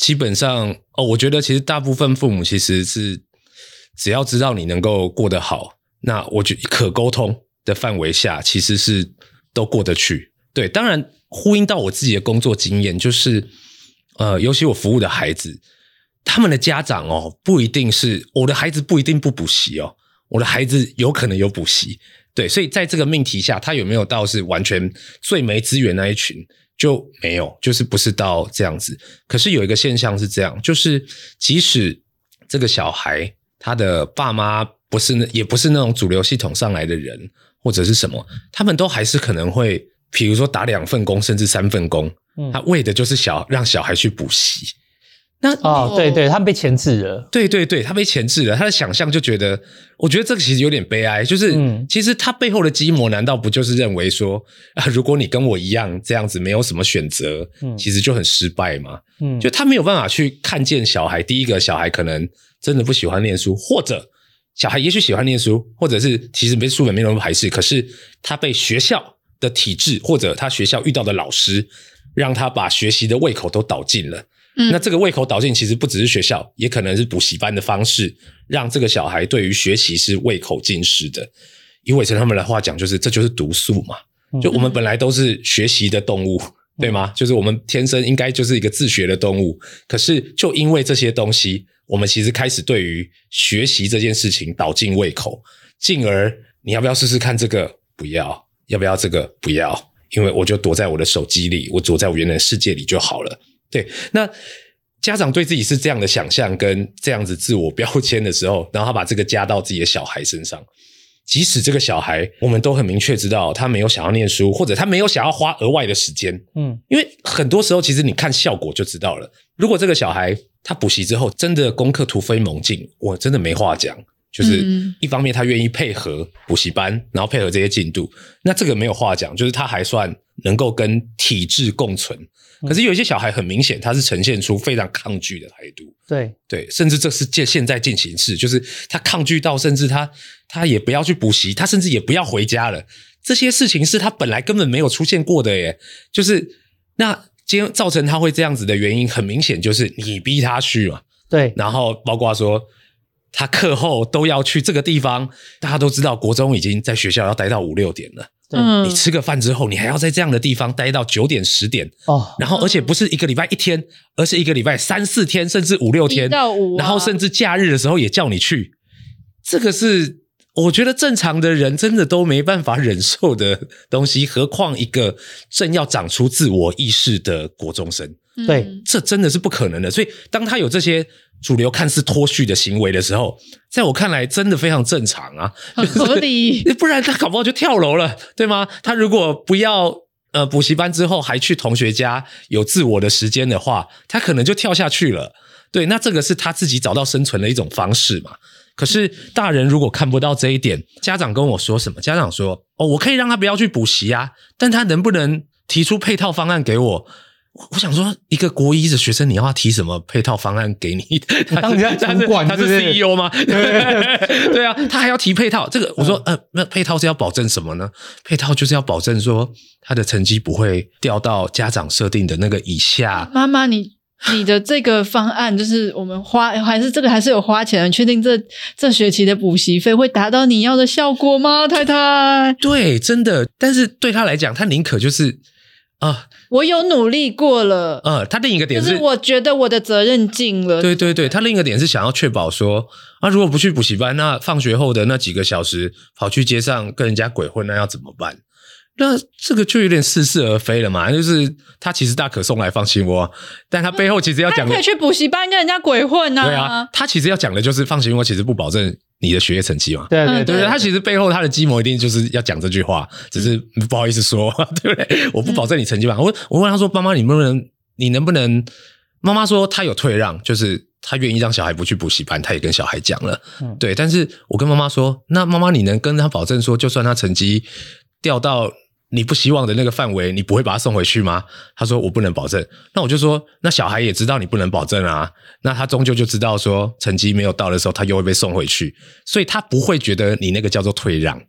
基本上我觉得其实大部分父母其实是只要知道你能够过得好，那我觉得可沟通的范围下其实是都过得去。对，当然呼应到我自己的工作经验，就是尤其我服务的孩子，他们的家长不一定是我的孩子不一定不补习我的孩子有可能有补习。对，所以在这个命题下，他有没有到是完全最没资源那一群就没有，就是不是到这样子。可是有一个现象是这样，就是即使这个小孩他的爸妈也不是那种主流系统上来的人或者是什么，他们都还是可能会比如说打2份工甚至3份工，他为的就是让小孩去补习。那对对，他被钳制了。 对对对，他被钳制了。他的想象就觉得，我觉得这个其实有点悲哀，就是其实他背后的基模难道不就是认为说如果你跟我一样这样子没有什么选择，其实就很失败吗？就他没有办法去看见小孩，第一个小孩可能真的不喜欢念书，或者小孩也许喜欢念书，或者是其实书本没那么排斥，可是他被学校的体制或者他学校遇到的老师让他把学习的胃口都导尽了。那这个胃口导进其实不只是学校，也可能是补习班的方式，让这个小孩对于学习是胃口尽失的。以伟成他们的话讲，就是这就是毒素嘛。就我们本来都是学习的动物，对吗？就是我们天生应该就是一个自学的动物，可是就因为这些东西，我们其实开始对于学习这件事情导进胃口，进而你要不要试试看这个？不要。要不要这个？不要。因为我就躲在我的手机里，我躲在我原来的世界里就好了。对，那家长对自己是这样的想象跟这样子自我标签的时候，然后他把这个加到自己的小孩身上，即使这个小孩我们都很明确知道他没有想要念书，或者他没有想要花额外的时间，因为很多时候其实你看效果就知道了。如果这个小孩他补习之后真的功课突飞猛进，我真的没话讲，就是一方面他愿意配合补习班，然后配合这些进度，那这个没有话讲，就是他还算能够跟体制共存。可是有一些小孩很明显他是呈现出非常抗拒的态度，对，甚至这是现在进行式，就是他抗拒到甚至他也不要去补习，他甚至也不要回家了。这些事情是他本来根本没有出现过的耶，就是那今天造成他会这样子的原因很明显就是你逼他去嘛。 对， 然后包括说他课后都要去这个地方，大家都知道国中已经在学校要待到5、6点了，你吃个饭之后你还要在这样的地方待到9点10点然后而且不是一个礼拜1天，而是一个礼拜3、4天甚至5、6天，然后甚至假日的时候也叫你去，这个是我觉得正常的人真的都没办法忍受的东西，何况一个正要长出自我意识的国中生。 对， 这真的是不可能的。所以当他有这些主流看似脱序的行为的时候，在我看来真的非常正常啊， 很合理。 不然他搞不好就跳楼了，对吗？他如果不要补习班之后还去同学家有自我的时间的话，他可能就跳下去了。对，那这个是他自己找到生存的一种方式嘛。可是大人如果看不到这一点，家长跟我说什么？家长说我可以让他不要去补习啊，但他能不能提出配套方案给我？我想说一个国1的学生你要他提什么配套方案给你？ 当人家主管他是 CEO 吗？对啊，他还要提配套，这个我说那配套是要保证什么呢？配套就是要保证说他的成绩不会掉到家长设定的那个以下。 妈妈你的这个方案就是我们还是有花钱的，确定这学期的补习费会达到你要的效果吗？太太？ 对，真的，但是对他来讲他宁可就是我有努力过了。 他另一个点是， 就是我觉得我的责任尽了。 对对对，他另一个点是想要确保说，如果不去补习班，那放学后的那几个小时跑去街上跟人家鬼混，那要怎么办？那这个就有点似是而非了嘛，就是他其实大可送来放心窝，但他背后其实要讲的， 他可以去补习班跟人家鬼混啊。 对啊，他其实要讲的就是放心窝其实不保证你的学业成绩嘛。 对对 对， 他其实背后他的计谋一定就是要讲这句话，只是不好意思说，对不对？我不保证你成绩嘛。我问他说，妈妈你能不能？妈妈说她有退让，就是她愿意让小孩不去补习班，她也跟小孩讲了，对。但是我跟妈妈说，那妈妈你能跟他保证说，就算他成绩掉到你不希望的那个范围，你不会把他送回去吗？他说我不能保证。那我就说，那小孩也知道你不能保证啊，那他终究就知道说成绩没有到的时候他又会被送回去，所以他不会觉得你那个叫做退让。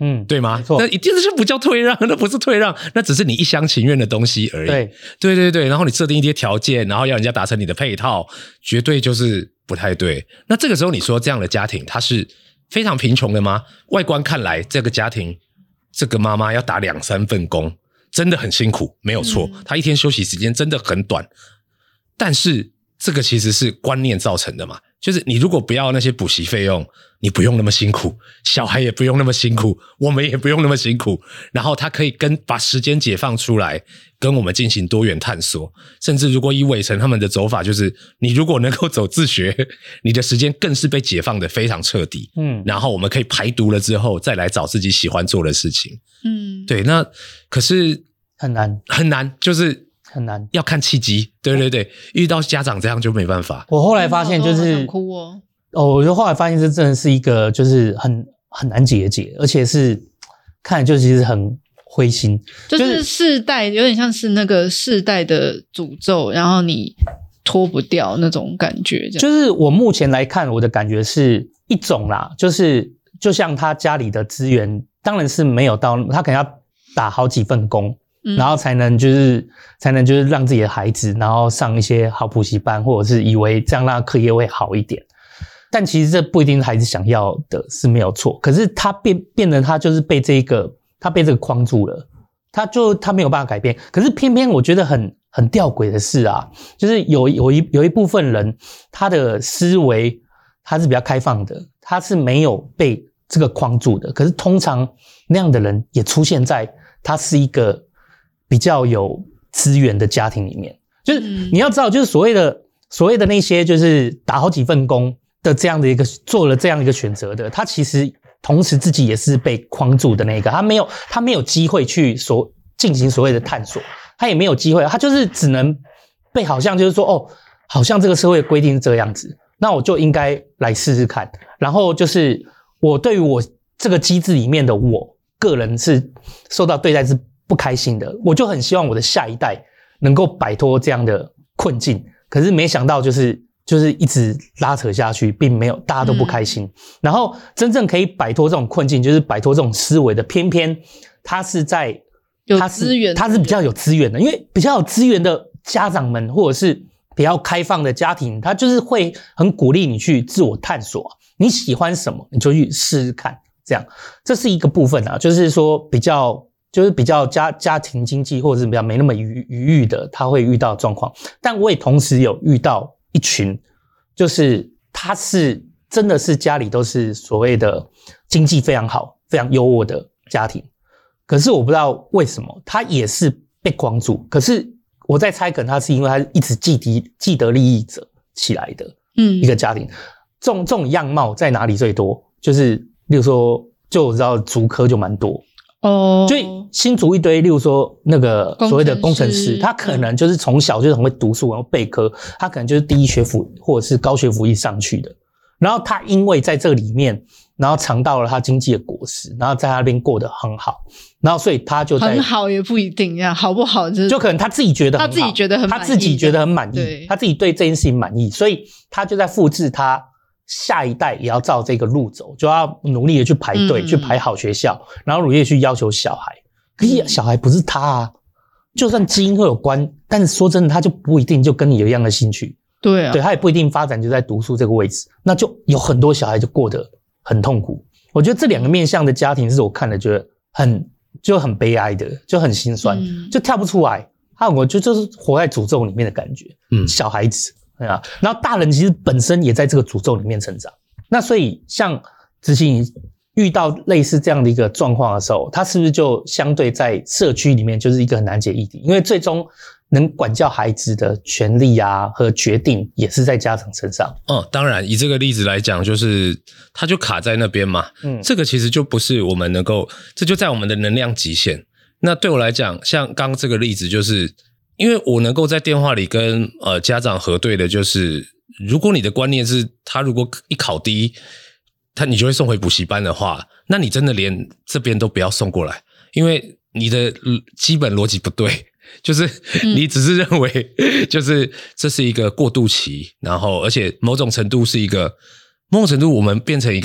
对吗？那一定是不叫退让，那不是退让，那只是你一厢情愿的东西而已。对，然后你设定一些条件，然后要人家达成你的配套，绝对就是不太对。那这个时候你说这样的家庭，他是非常贫穷的吗？外观看来，这个家庭，这个妈妈要打2-3份工，真的很辛苦，没有错。她一天休息时间真的很短，但是这个其实是观念造成的嘛。就是你如果不要那些补习费用，你不用那么辛苦，小孩也不用那么辛苦，我们也不用那么辛苦，然后他可以把时间解放出来，跟我们进行多元探索。甚至如果以伟成他们的走法，就是你如果能够走自学，你的时间更是被解放的非常彻底。然后我们可以排毒了之后，再来找自己喜欢做的事情。对，那可是很难， 就是很难， 要看契机。对，遇到家长这样就没办法。 我后来发现就是想哭哦。 我就后来发现这真的是一个就是很难解，而且是看来就其实很灰心， 就是世代有点像是那个世代的诅咒，然后你脱不掉那种感觉。 就是我目前来看，我的感觉是一种啦，就是就像他家里的资源当然是没有到，他可能要打好几份工。然后才能就是让自己的孩子然后上一些好补习班，或者是以为这样让他课业会好一点，但其实这不一定是孩子想要的，是没有错。可是他变得他就是被这个框住了，他没有办法改变。可是偏偏我觉得很吊诡的是啊，就是有一部分人他的思维他是比较开放的，他是没有被这个框住的。可是通常那样的人也出现在他是一个比较有资源的家庭里面，就是你要知道，就是所谓的那些就是打好几份工的这样的一个做了这样一个选择的，他其实同时自己也是被框住的那个，他没有机会去进行所谓的探索，他也没有机会，他就是只能被好像就是说好像这个社会规定是这样子，那我就应该来试试看。然后就是我对于我这个机制里面的我个人是受到对待是不开心的，我就很希望我的下一代能够摆脱这样的困境，可是没想到就是一直拉扯下去，并没有，大家都不开心。然后真正可以摆脱这种困境，就是摆脱这种思维的，偏偏他是在有资源， 他是比较有资源的，因为比较有资源的家长们或者是比较开放的家庭，他就是会很鼓励你去自我探索，你喜欢什么你就去试试看，这是一个部分啊，就是说比较家庭经济或者是比较没那么余裕的，他会遇到状况。但我也同时有遇到一群，就是他是真的是家里都是所谓的经济非常好、非常优渥的家庭，可是我不知道为什么他也是被框住。可是我在猜，可能他是因为他一直既得利益者起来的一个家庭。这种样貌在哪里最多？就是例如说，就我知道竹科就蛮多。就新竹一堆，例如说那个所谓的工程师，他可能就是从小就很会读书，然后备科，他可能就是第一学府或者是高学府一上去的。然后他因为在这个里面，然后尝到了他经济的果实，然后在他那边过得很好，然后所以他就很好也不一定呀，好不好就可能他自己觉得很好，他自己觉得很满意，他自己对这件事情满意，所以他就在复制他下一代也要照这个路走，就要努力的去排队，去排好学校，然后努力的去要求小孩。可是小孩不是他啊，就算基因会有关，但是说真的，他就不一定就跟你有一样的兴趣。 对啊， 对，他也不一定发展就在读书这个位置，那就有很多小孩就过得很痛苦。我觉得这两个面向的家庭是我看了觉得很悲哀的，就很心酸，就跳不出来。我就是活在诅咒里面的感觉。小孩子。然后大人其实本身也在这个诅咒里面成长，那所以像执行遇到类似这样的一个状况的时候，他是不是就相对在社区里面就是一个很难解议题？因为最终能管教孩子的权利啊和决定也是在家长身上。 当然以这个例子来讲，就是他就卡在那边嘛。这个其实就不是我们能够，这就在我们的能量极限。那对我来讲，像刚刚这个例子就是因为我能够在电话里跟家长核对的就是，如果你的观念是他如果一考低，你就会送回补习班的话，那你真的连这边都不要送过来，因为你的基本逻辑不对，就是你只是认为就是这是一个过渡期，然后而且某种程度我们变成一个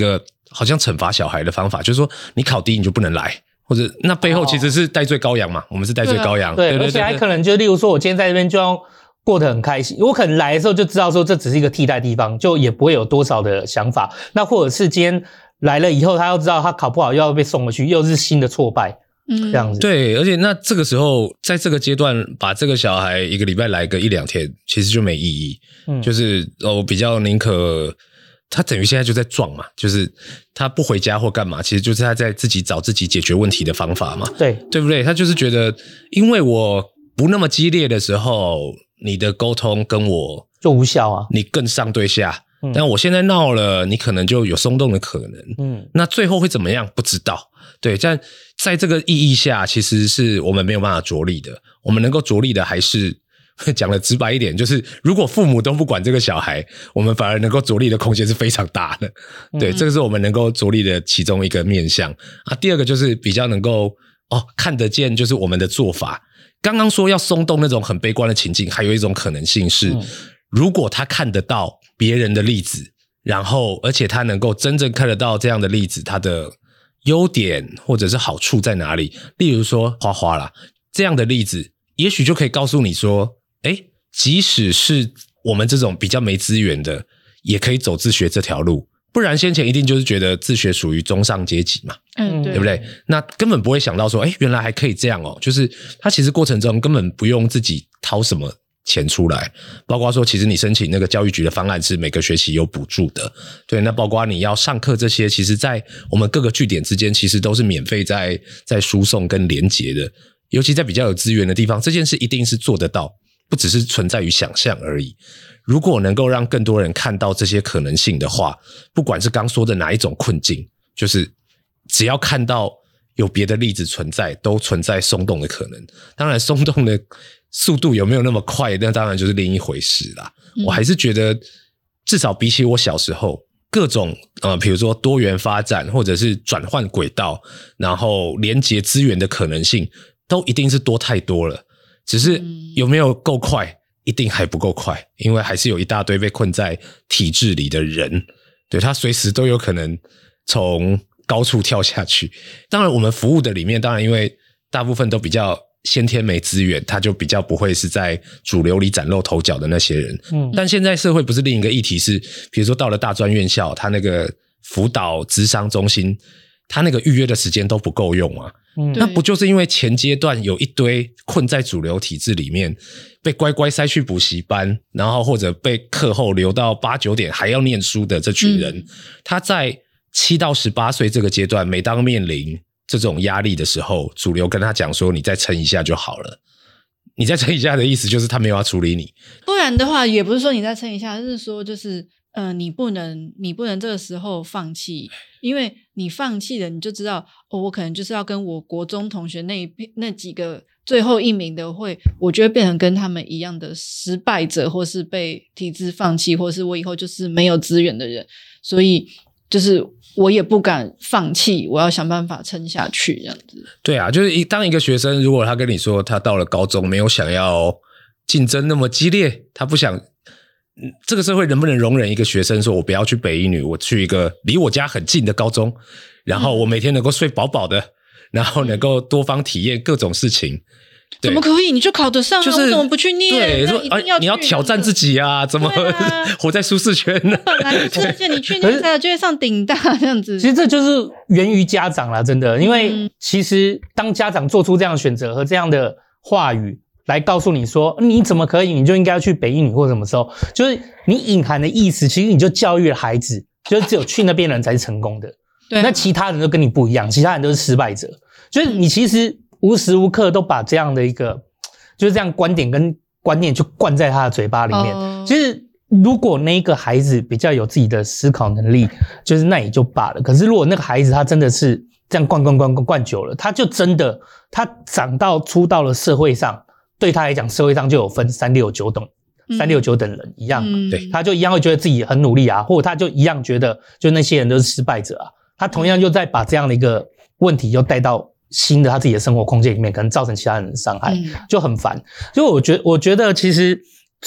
好像惩罚小孩的方法，就是说你考低你就不能来，或者那背后其实是戴罪羔羊嘛，我们是戴罪羔羊， 对，而且还可能就例如说我今天在这边就要过得很开心，我可能来的时候就知道说这只是一个替代地方，就也不会有多少的想法。那或者是今天来了以后，他要知道他考不好又要被送回去，又是新的挫败，这样子。 对，而且那这个时候在这个阶段把这个小孩一个礼拜来个1-2天，其实就没意义。就是我比较宁可他等于现在就在撞嘛，就是他不回家或干嘛，其实就是他在自己找自己解决问题的方法嘛，对不对？他就是觉得因为我不那么激烈的时候，你的沟通跟我就无效啊， 你更上对下。但我现在闹了，你可能就有松动的可能。那最后会怎么样不知道。对，但在这个意义下，其实是我们没有办法着力的。我们能够着力的还是讲的直白一点，就是如果父母都不管这个小孩，我们反而能够着力的空间是非常大的。对，这个是我们能够着力的其中一个面向啊。第二个就是比较能够看得见，就是我们的做法。刚刚说要松动那种很悲观的情境，还有一种可能性是，如果他看得到别人的例子，然后而且他能够真正看得到这样的例子，他的优点或者是好处在哪里，例如说花花啦这样的例子，也许就可以告诉你说，即使是我们这种比较没资源的，也可以走自学这条路。不然先前一定就是觉得自学属于中上阶级嘛，对不对？那根本不会想到说，原来还可以这样就是他其实过程中根本不用自己掏什么钱出来，包括说其实你申请那个教育局的方案是每个学期有补助的，对，那包括你要上课这些，其实在我们各个据点之间其实都是免费在输送跟连结的，尤其在比较有资源的地方，这件事一定是做得到，不只是存在于想象而已。如果能够让更多人看到这些可能性的话，不管是刚说的哪一种困境，就是只要看到有别的例子存在，都存在松动的可能。当然松动的速度有没有那么快，那当然就是另一回事啦。我还是觉得至少比起我小时候各种比如说多元发展或者是转换轨道，然后连结资源的可能性都一定是多太多了，只是有没有够快一定还不够快，因为还是有一大堆被困在体制里的人，对，他随时都有可能从高处跳下去。当然我们服务的里面，当然因为大部分都比较先天没资源，他就比较不会是在主流里崭露头角的那些人。但现在社会不是另一个议题是，比如说到了大专院校，他那个辅导諮商中心，他那个预约的时间都不够用啊。那不就是因为前阶段有一堆困在主流体制里面，被乖乖塞去补习班，然后或者被课后留到8、9点还要念书的这群人，他在7到18岁这个阶段，每当面临这种压力的时候，主流跟他讲说你再撑一下就好了。你再撑一下的意思就是他没有要处理你， 不然的话也不是说你再撑一下，是说就是你不能这个时候放弃，因为你放弃了，你就知道我可能就是要跟我国中同学那几个最后1名的我就会变成跟他们一样的失败者，或是被体制放弃，或是我以后就是没有资源的人，所以就是我也不敢放弃，我要想办法撑下去这样子。 对啊，就是当一个学生如果他跟你说他到了高中没有想要竞争那么激烈，他不想，这个社会能不能容忍一个学生说我不要去北一女，我去一个离我家很近的高中，然后我每天能够睡饱饱的，然后能够多方体验各种事情。 怎么可以？你就考得上啊，就是为什么不去念？ 对，说你要挑战自己啊，怎么活在舒适圈呢？ 而且你去念才就会上顶大这样子。 其实这就是源于家长啦，真的，因为其实当家长做出这样的选择和这样的话语来告诉你说你怎么可以，你就应该要去北一女或什么时候，就是你隐含的意思，其实你就教育了孩子，就是只有去那边的人才是成功的，对，那其他人都跟你不一样，其他人都是失败者，就是你其实无时无刻都把这样的一个就是这样观点跟观念就灌在他的嘴巴里面。其实如果那个孩子比较有自己的思考能力，就是那也就罢了。可是如果那个孩子他真的是这样灌久了，他就真的他长到出到了社会上，对他来讲社会上就有分369等人一样，对，他就一样会觉得自己很努力啊，或者他就一样觉得就那些人都是失败者啊，他同样就在把这样的一个问题又带到新的他自己的生活空间里面，可能造成其他人的伤害，就很烦。所以我觉得其实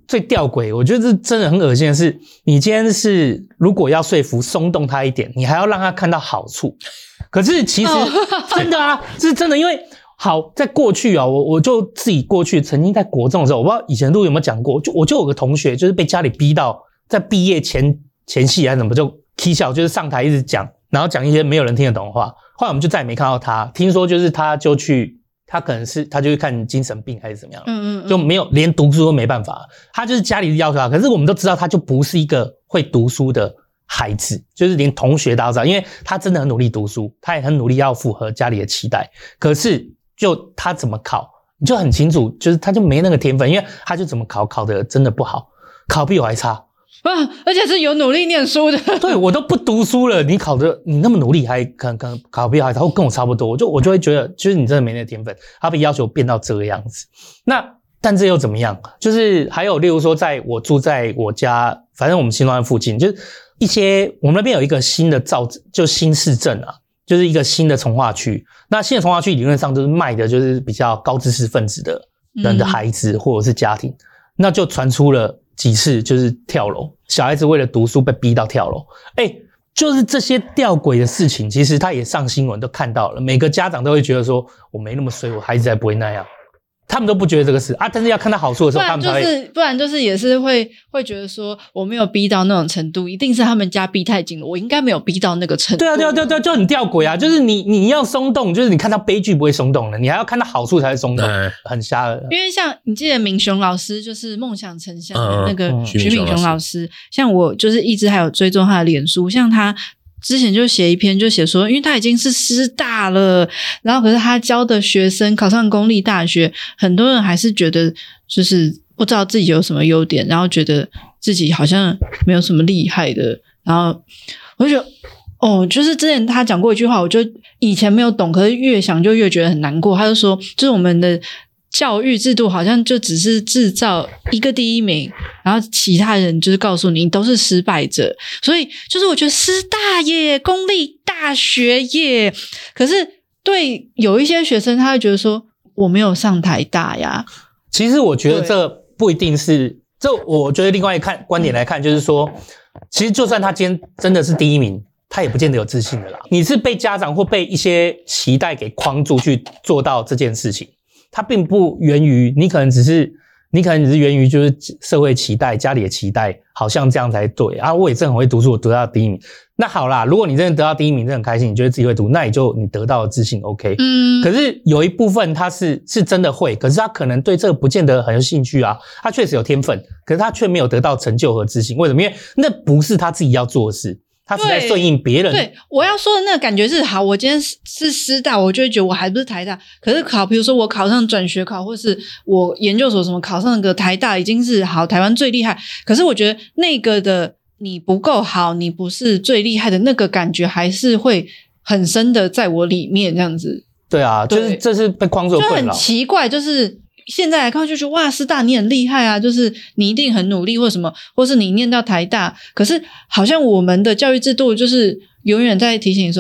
最吊诡，我觉得这真的很恶心的是，你今天是如果要说服松动他一点，你还要让他看到好处。可是其实真的啊，这是真的，因为好在过去啊，我就自己过去曾经在国中的时候，我不知道以前路有没有讲过，我就有个同学就是被家里逼到在毕业前夕还是什么就起笑，就是上台一直讲，然后讲一些没有人听得懂的话。后来我们就再也没看到他，听说就是他可能是他就去看精神病还是怎么样，就没有连读书都没办法，他就是家里要求他，可是我们都知道他就不是一个会读书的孩子，就是连同学都知道，因为他真的很努力读书，他也很努力要符合家里的期待，可是就他怎么考你就很清楚，就是他就没那个天分，因为他就怎么考得真的不好，考比我还差。 而且是有努力念书的。 对，我都不读书了，你那么努力还可能考比我还差，或跟我差不多，我就会觉得就是你真的没那个天分，他被要求变到这个样子。但这又怎么样？就是还有例如说我住在我家，反正我们新庄湾附近，就是一些我们那边有一个新的就新市镇啊，就是一个新的从化区。那新的从化区理论上就是卖的就是比较高知识分子的人的孩子或者是家庭，那就传出了几次就是跳楼，小孩子为了读书被逼到跳楼。就是这些吊诡的事情，其实他也上新闻都看到了，每个家长都会觉得说我没那么衰，我孩子才不会那样。他们都不觉得这个事啊，但是要看到好处的时候，他们才会不然就是也是会觉得说我没有逼到那种程度，一定是他们家逼太紧了，我应该没有逼到那个程度。 对，就很吊诡啊！就是你要松动，就是你看到悲剧不会松动了，你还要看到好处才会松动，很瞎的。 因为像你记得敏雄老师，就是梦想成像的那个徐敏雄老师，像我就是一直还有追踪他的脸书，像他之前就写一篇，就写说因为他已经是师大了，然后可是他教的学生考上公立大学，很多人还是觉得就是不知道自己有什么优点，然后觉得自己好像没有什么厉害的，然后我就觉得就是之前他讲过一句话，我就以前没有懂，可是越想就越觉得很难过。他就说就是我们的教育制度好像就只是制造一个第一名，然后其他人就是告诉你都是失败者，所以就是我觉得师大耶，公立大学耶，可是对有一些学生他会觉得说我没有上台大呀。 其实我觉得这不一定是，这我觉得另外一看观点来看，就是说其实就算他今天真的是第一名，他也不见得有自信的啦。你是被家长或被一些期待给框住去做到这件事情，它并不源于你可能只是源于就是社会期待、家里的期待，好像这样才对啊。我也真的很会读书，我得到第一名，那好啦，如果你真的得到第一名，真的很开心，你觉得自己会读，那你得到的自信 OK。可是有一部分他是真的会，可是他可能对这个不见得很有兴趣啊。他确实有天分，可是他却没有得到成就和自信。为什么？因为那不是他自己要做的事。他是在顺应别人。 对，我要说的那个感觉是，好，我今天是师大，我就会觉得我还不是台大。可是比如说我考上转学考，或是我研究所什么考上那个台大，已经是好台湾最厉害。可是我觉得那个的你不够好，你不是最厉害的那个感觉，还是会很深的在我里面这样子。 对啊，就是这是被框住的困扰， 就很奇怪，就是现在来看就觉得哇，师大你很厉害啊，就是你一定很努力或什么，或是你念到台大，可是好像我们的教育制度就是永远在提醒你说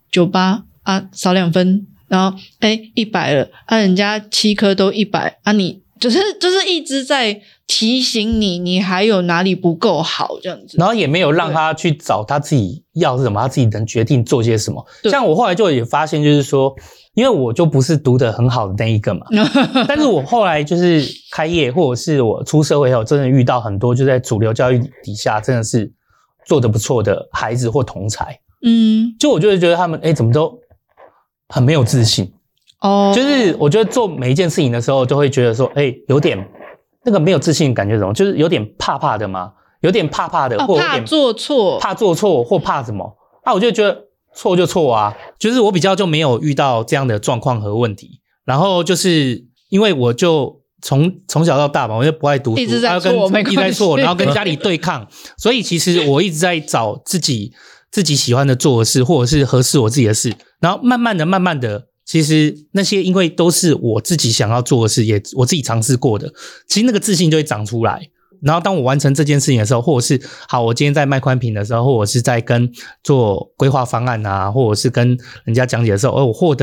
98啊少2分，然后100了啊，人家7科都100啊，你就是一直在提醒你还有哪里不够好这样子， 然后也没有让他去找他自己要是什么，他自己能决定做些什么。像我后来就也发现，就是说因为我就不是读得很好的那一个嘛但是我后来就是开业或者是我出社会后，真的遇到很多就在主流教育底下真的是做得不错的孩子或同才，就我就会觉得他们怎么都很没有自信就是我觉得做每一件事情的时候就会觉得说有点那个没有自信的感觉，什么就是有点怕怕的嘛，有点怕怕的或有点怕做错或怕什么我就觉得错就错啊，就是我比较就没有遇到这样的状况和问题。然后就是因为我就从小到大嘛，我就不爱读书， 一直在错， 然后跟家里对抗所以其实我一直在找自己喜欢的做的事，或者是合适我自己的事，然后慢慢的其实那些因为都是我自己想要做的事，也我自己尝试过的，其实那个自信就会长出来。然后当我完成这件事情的时候，或者是好我今天在卖宽屏的时候，或者是在跟做规划方案啊，或者是跟人家讲解的时候我获得了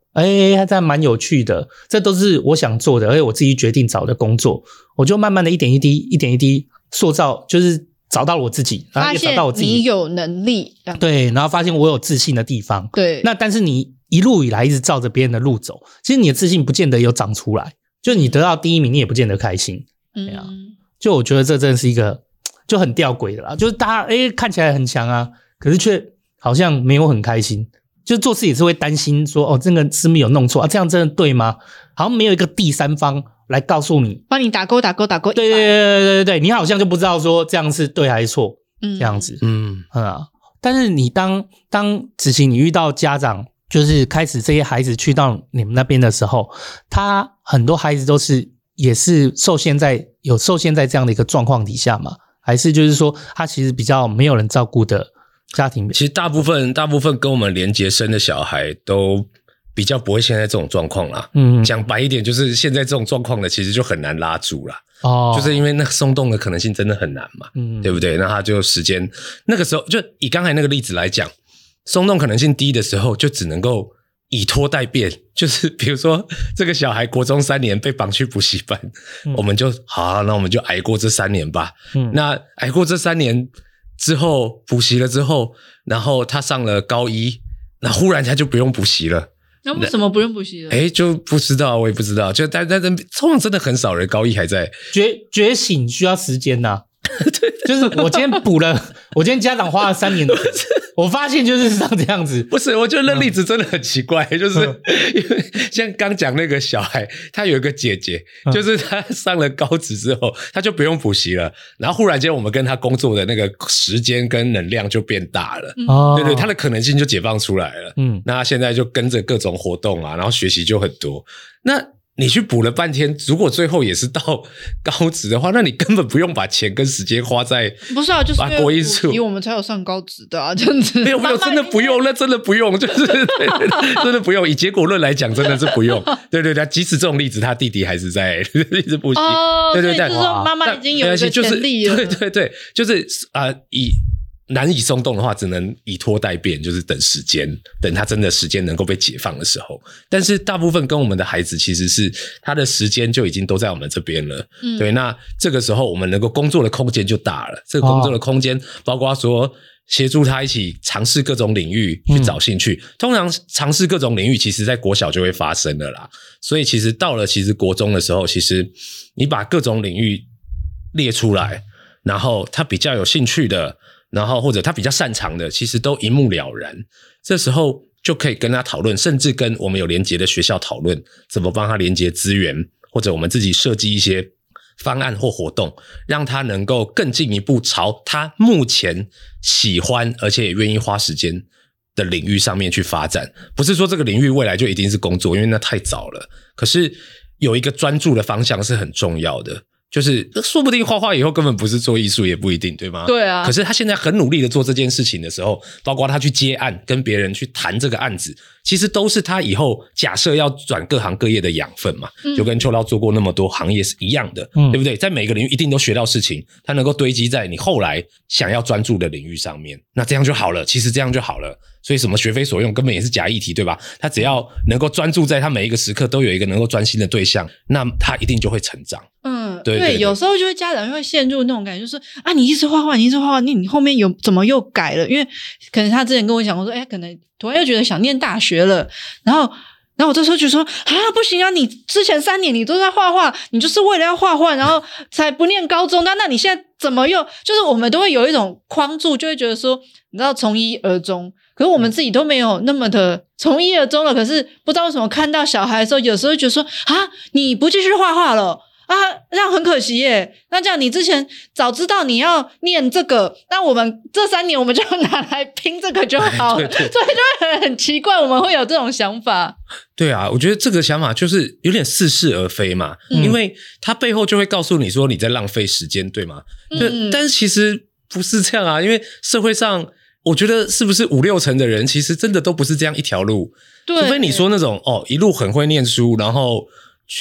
它这样蛮有趣的，这都是我想做的，而且我自己决定找的工作，我就慢慢的一点一滴塑造，就是找到我自己，然后也找到我自己， 发现你有能力， 对，然后发现我有自信的地方， 对， 那但是你一路以来一直照着别人的路走，其实你的自信不见得有长出来，就你得到第一名，你也不见得开心，就我觉得这真的是一个就很吊诡的啦，就是大家看起来很强啊，可是却好像没有很开心，就是做事也是会担心说这个是不是有弄错啊？这样真的对吗？好像没有一个第三方来告诉你， 帮你打勾， 对，你好像就不知道说这样是对还是错，这样子，但是你当子琪你遇到家长，就是开始这些孩子去到你们那边的时候，他很多孩子都是也是受限在这样的一个状况底下嘛，还是就是说他其实比较没有人照顾的家庭？ 其实大部分跟我们连结生的小孩都比较不会现在这种状况啦。讲白一点，就是现在这种状况的其实就很难拉住啦。就是因为那个松动的可能性真的很难嘛，对不对？那他就时间那个时候，就以刚才那个例子来讲，松动可能性低的时候，就只能够以拖代变，就是比如说这个小孩国中3年被绑去补习班，我们就好，那我们就挨过这3年吧。那挨过这3年之后，补习了之后，然后他上了高1，那忽然他就不用补习了。 那为什么不用补习了？ 就不知道，我也不知道。就但通常真的很少人高1还在觉醒，需要时间呐。对，就是我今天补了，我今天家长花了3年的，我发现就是像这样子。 不是，我觉得那例子真的很奇怪，就是因为像刚讲那个小孩，他有一个姐姐，就是他上了高职之后，他就不用补习了，然后忽然间我们跟他工作的那个时间跟能量就变大了，对，他的可能性就解放出来了。那他现在就跟着各种活动啊，然后学习就很多。那你去补了半天，如果最后也是到高职的话，那你根本不用把钱跟时间花在不是啊，就是因为补习我们才有上高职的啊，这样子。 没有，真的不用，那真的不用，就是真的不用。以结果论来讲，真的是不用。对，即使这种例子，他弟弟还是在一直补习。对， 就是说妈妈已经有一个潜力了。 对，就是以难以松动的话，只能以拖代变，就是等时间，等他真的时间能够被解放的时候。但是大部分跟我们的孩子其实是他的时间就已经都在我们这边了。对，那这个时候我们能够工作的空间就大了。这个工作的空间包括说协助他一起尝试各种领域去找兴趣。通常尝试各种领域其实在国小就会发生了啦。所以其实到了国中的时候，其实你把各种领域列出来，然后他比较有兴趣的，然后或者他比较擅长的，其实都一目了然。这时候就可以跟他讨论，甚至跟我们有连结的学校讨论怎么帮他连结资源，或者我们自己设计一些方案或活动，让他能够更进一步朝他目前喜欢而且也愿意花时间的领域上面去发展。不是说这个领域未来就一定是工作，因为那太早了。可是有一个专注的方向是很重要的。就是说不定画画以后根本不是做艺术也不一定，对吗？ 对啊。 可是他现在很努力的做这件事情的时候，包括他去接案跟别人去谈这个案子，其实都是他以后假设要转各行各业的养分嘛。就跟秋刀做过那么多行业是一样的，对不对？在每个领域一定都学到事情，他能够堆积在你后来想要专注的领域上面，那这样就好了。其实这样就好了。所以什么学非所用根本也是假议题，对吧？他只要能够专注在他每一个时刻都有一个能够专心的对象，那他一定就会成长。对， 有时候就会家长会陷入那种感觉，就是你一直画画，你后面怎么又改了？因为可能他之前跟我讲过说，可能突然又觉得想念大学了，然后我这时候就说不行啊，你之前3年你都在画画，你就是为了要画画，然后才不念高中，那你现在怎么又就是我们都会有一种框住，就会觉得说你知道从一而终，可是我们自己都没有那么的从一而终了，可是不知道为什么看到小孩的时候，有时候觉得说你不继续画画了这样很可惜耶。那这样你之前早知道你要念这个，那我们这3年我们就拿来拼这个就好了。对，所以就会很奇怪，我们会有这种想法。 对啊，我觉得这个想法就是有点似是而非嘛，因为它背后就会告诉你说你在浪费时间，对吗？但是其实不是这样啊，因为社会上我觉得是不是5-6成的人其实真的都不是这样一条路。除非你说那种一路很会念书，然后去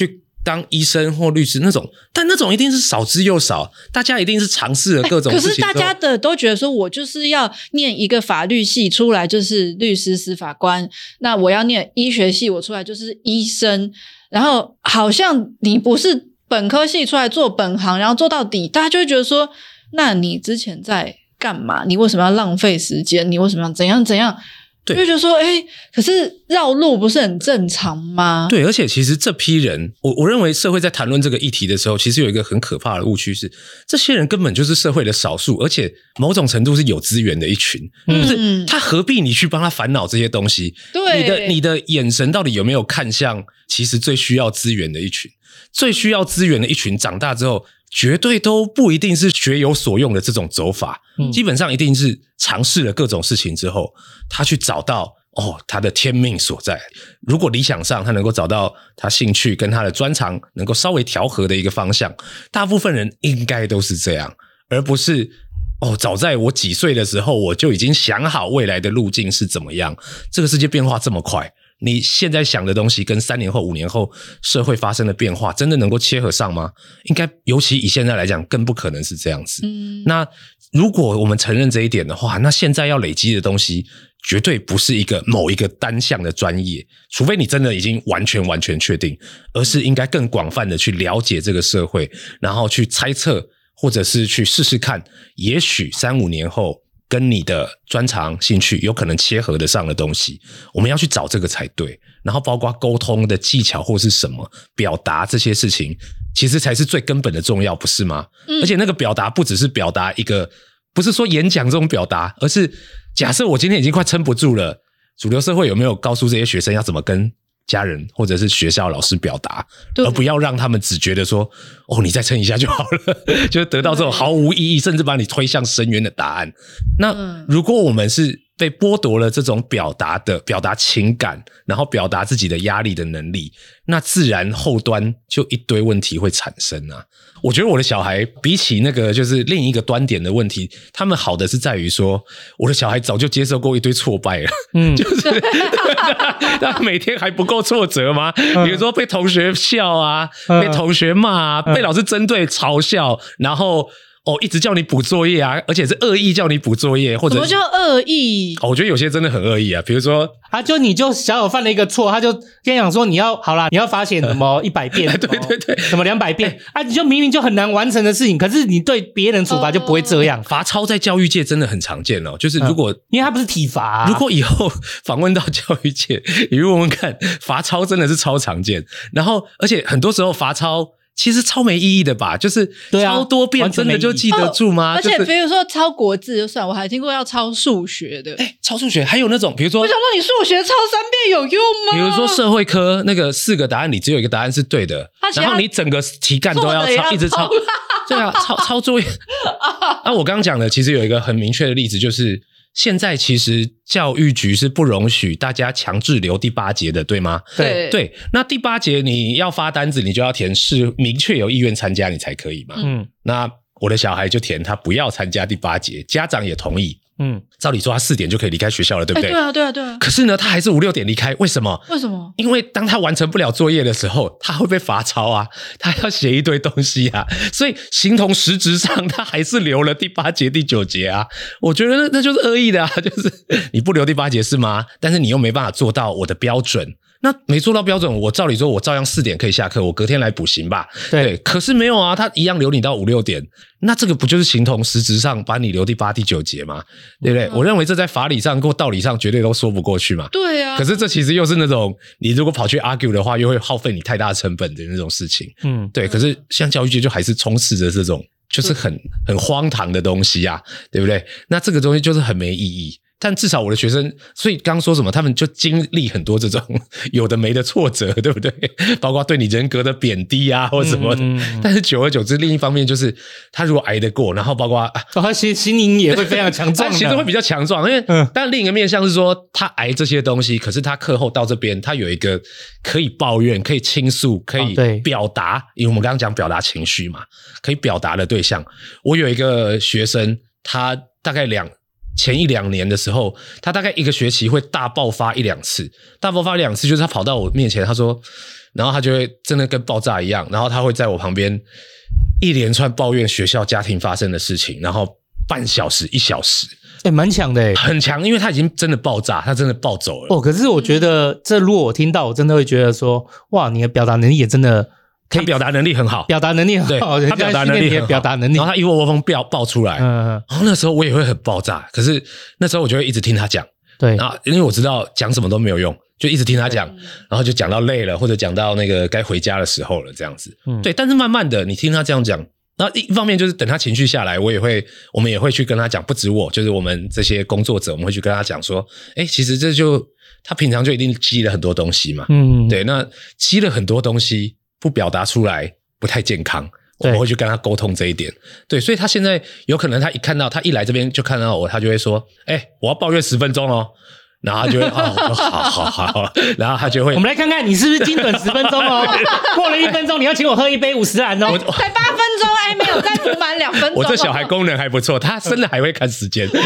当医生或律师那种，但那种一定是少之又少，大家一定是尝试了各种事情。可是大家都觉得说我就是要念一个法律系出来就是律师司法官，那我要念医学系我出来就是医生，然后好像你不是本科系出来做本行然后做到底，大家就会觉得说那你之前在干嘛？你为什么要浪费时间？你为什么要怎样怎样？就觉得说可是绕路不是很正常吗？ 对，而且其实这批人我认为社会在谈论这个议题的时候，其实有一个很可怕的误区是，这些人根本就是社会的少数，而且某种程度是有资源的一群，就是他何必你去帮他烦恼这些东西？对，你的眼神到底有没有看向其实最需要资源的一群？最需要资源的一群长大之后绝对都不一定是学有所用的这种走法，基本上一定是尝试了各种事情之后他去找到他的天命所在。如果理想上他能够找到他兴趣跟他的专长能够稍微调和的一个方向，大部分人应该都是这样，而不是早在我几岁的时候我就已经想好未来的路径是怎么样。这个世界变化这么快，你现在想的东西跟3年后5年后社会发生的变化真的能够切合上吗？应该尤其以现在来讲更不可能是这样子。那如果我们承认这一点的话，那现在要累积的东西绝对不是某一个单项的专业，除非你真的已经完全确定，而是应该更广泛的去了解这个社会，然后去猜测或者是去试试看，也许3-5年后跟你的专长兴趣有可能切合得上的东西，我们要去找这个才对。然后包括沟通的技巧或是什么表达这些事情，其实才是最根本的重要，不是吗？而且那个表达不只是表达一个，不是说演讲这种表达，而是假设我今天已经快撑不住了，主流社会有没有告诉这些学生要怎么跟家人或者是学校老师表达，而不要让他们只觉得说你再撑一下就好了，就是得到这种毫无意义甚至把你推向深渊的答案。那如果我们是被剥夺了这种表达情感，然后表达自己的压力的能力，那自然后端就一堆问题会产生啊。我觉得我的小孩比起那个就是另一个端点的问题，他们好的是在于说我的小孩早就接受过一堆挫败了，就是他每天还不够挫折吗？比如说被同学笑啊，被同学骂啊，被老师针对嘲笑，然后一直叫你补作业啊，而且是恶意叫你补作业，或者什么叫恶意？ 我觉得有些真的很恶意啊，比如说你就小有犯了一个错，他就跟你讲说你要罚写什么100遍， 对， 什么200遍你就明明就很难完成的事情，可是你对别人处罚就不会这样。 罚抄在教育界真的很常见就是如果因为它不是体罚如果以后访问到教育界，你问问看，罚抄真的是超常见，然后而且很多时候罚抄其实超没意义的吧，就是超多遍真的就记得住吗？ 而且比如说抄国字就算，我还听过要抄数学的。 抄数学还有那种比如说， 我想说你数学抄3遍有用吗？ 比如说社会科那个4个答案里只有一个答案是对的，然后你整个题干都要抄，一直抄。对啊，抄作业。我刚刚讲的其实有一个很明确的例子，就是现在其实教育局是不容许大家强制留第8节的，对吗？对，那第8节你要发单子，你就要填是明确有意愿参加你才可以嘛。那我的小孩就填他不要参加第8节，家长也同意。照理说他4点就可以离开学校了，对不对？ 对啊。 可是呢，他还是5-6点离开，为什么？因为当他完成不了作业的时候，他会被罚抄啊，他要写一堆东西啊，所以形同实质上他还是留了第8节、第9节啊。我觉得那就是恶意的啊，就是你不留第8节是吗？但是你又没办法做到我的标准。那没做到标准，我照理说我照样4点可以下课，我隔天来补习吧。对，可是没有啊，他一样留你到5-6点，那这个不就是形同实质上把你留第8、第9节吗？对不对？我认为这在法理上或道理上绝对都说不过去嘛。 对啊。 可是这其实又是那种你如果跑去 argue 的话，又会耗费你太大成本的那种事情。对。可是像教育界就还是充斥着这种就是很荒唐的东西啊，对不对？那这个东西就是很没意义。但至少我的学生，所以刚刚说什么，他们就经历很多这种有的没的挫折，对不对？包括对你人格的贬低啊，或什么的。但是久而久之，另一方面就是他如果挨得过，然后包括他心灵也会非常强壮的， 其实会比较强壮。因为但另一个面向是说，他挨这些东西，可是他课后到这边，他有一个可以抱怨、可以倾诉、可以表达，因为我们刚刚讲表达情绪嘛，可以表达的对象。我有一个学生，他大概前1-2年的时候，他大概1个学期会大爆发1-2次，大爆发1-2次就是他跑到我面前，他说，然后他就会真的跟爆炸一样，然后他会在我旁边一连串抱怨学校家庭发生的事情，然后半小时1小时。 蛮强的很强，因为他已经真的爆炸，他真的暴走了。 可是我觉得这如果我听到，我真的会觉得说，哇，你的表达能力也真的他表达能力很好， 表达能力很好， 他表达能力很好， 表达能力， 然后他一窝蜂爆出来，然后那时候我也会很爆炸，可是那时候我就会一直听他讲， 对， 然后因为我知道讲什么都没有用，就一直听他讲，然后就讲到累了，或者讲到那个该回家的时候了，这样子，对，但是慢慢的你听他这样讲。然后一方面就是等他情绪下来，我们也会去跟他讲，不止我，就是我们这些工作者，我们会去跟他讲说，其实这就他平常就一定积了很多东西嘛，对，那积了很多东西不表达出来不太健康，我们会去跟他沟通这一点，对，所以他现在有可能他一来这边就看到我，他就会说，我要抱怨10分钟哦。然后他就会好，然后他就会， 我们来看看你是不是精准10分钟哦。过了1分钟，你要请我喝一杯50兰哦。 才8分钟，没有再补满2分钟。 我这小孩功能还不错，他真的还会看时间，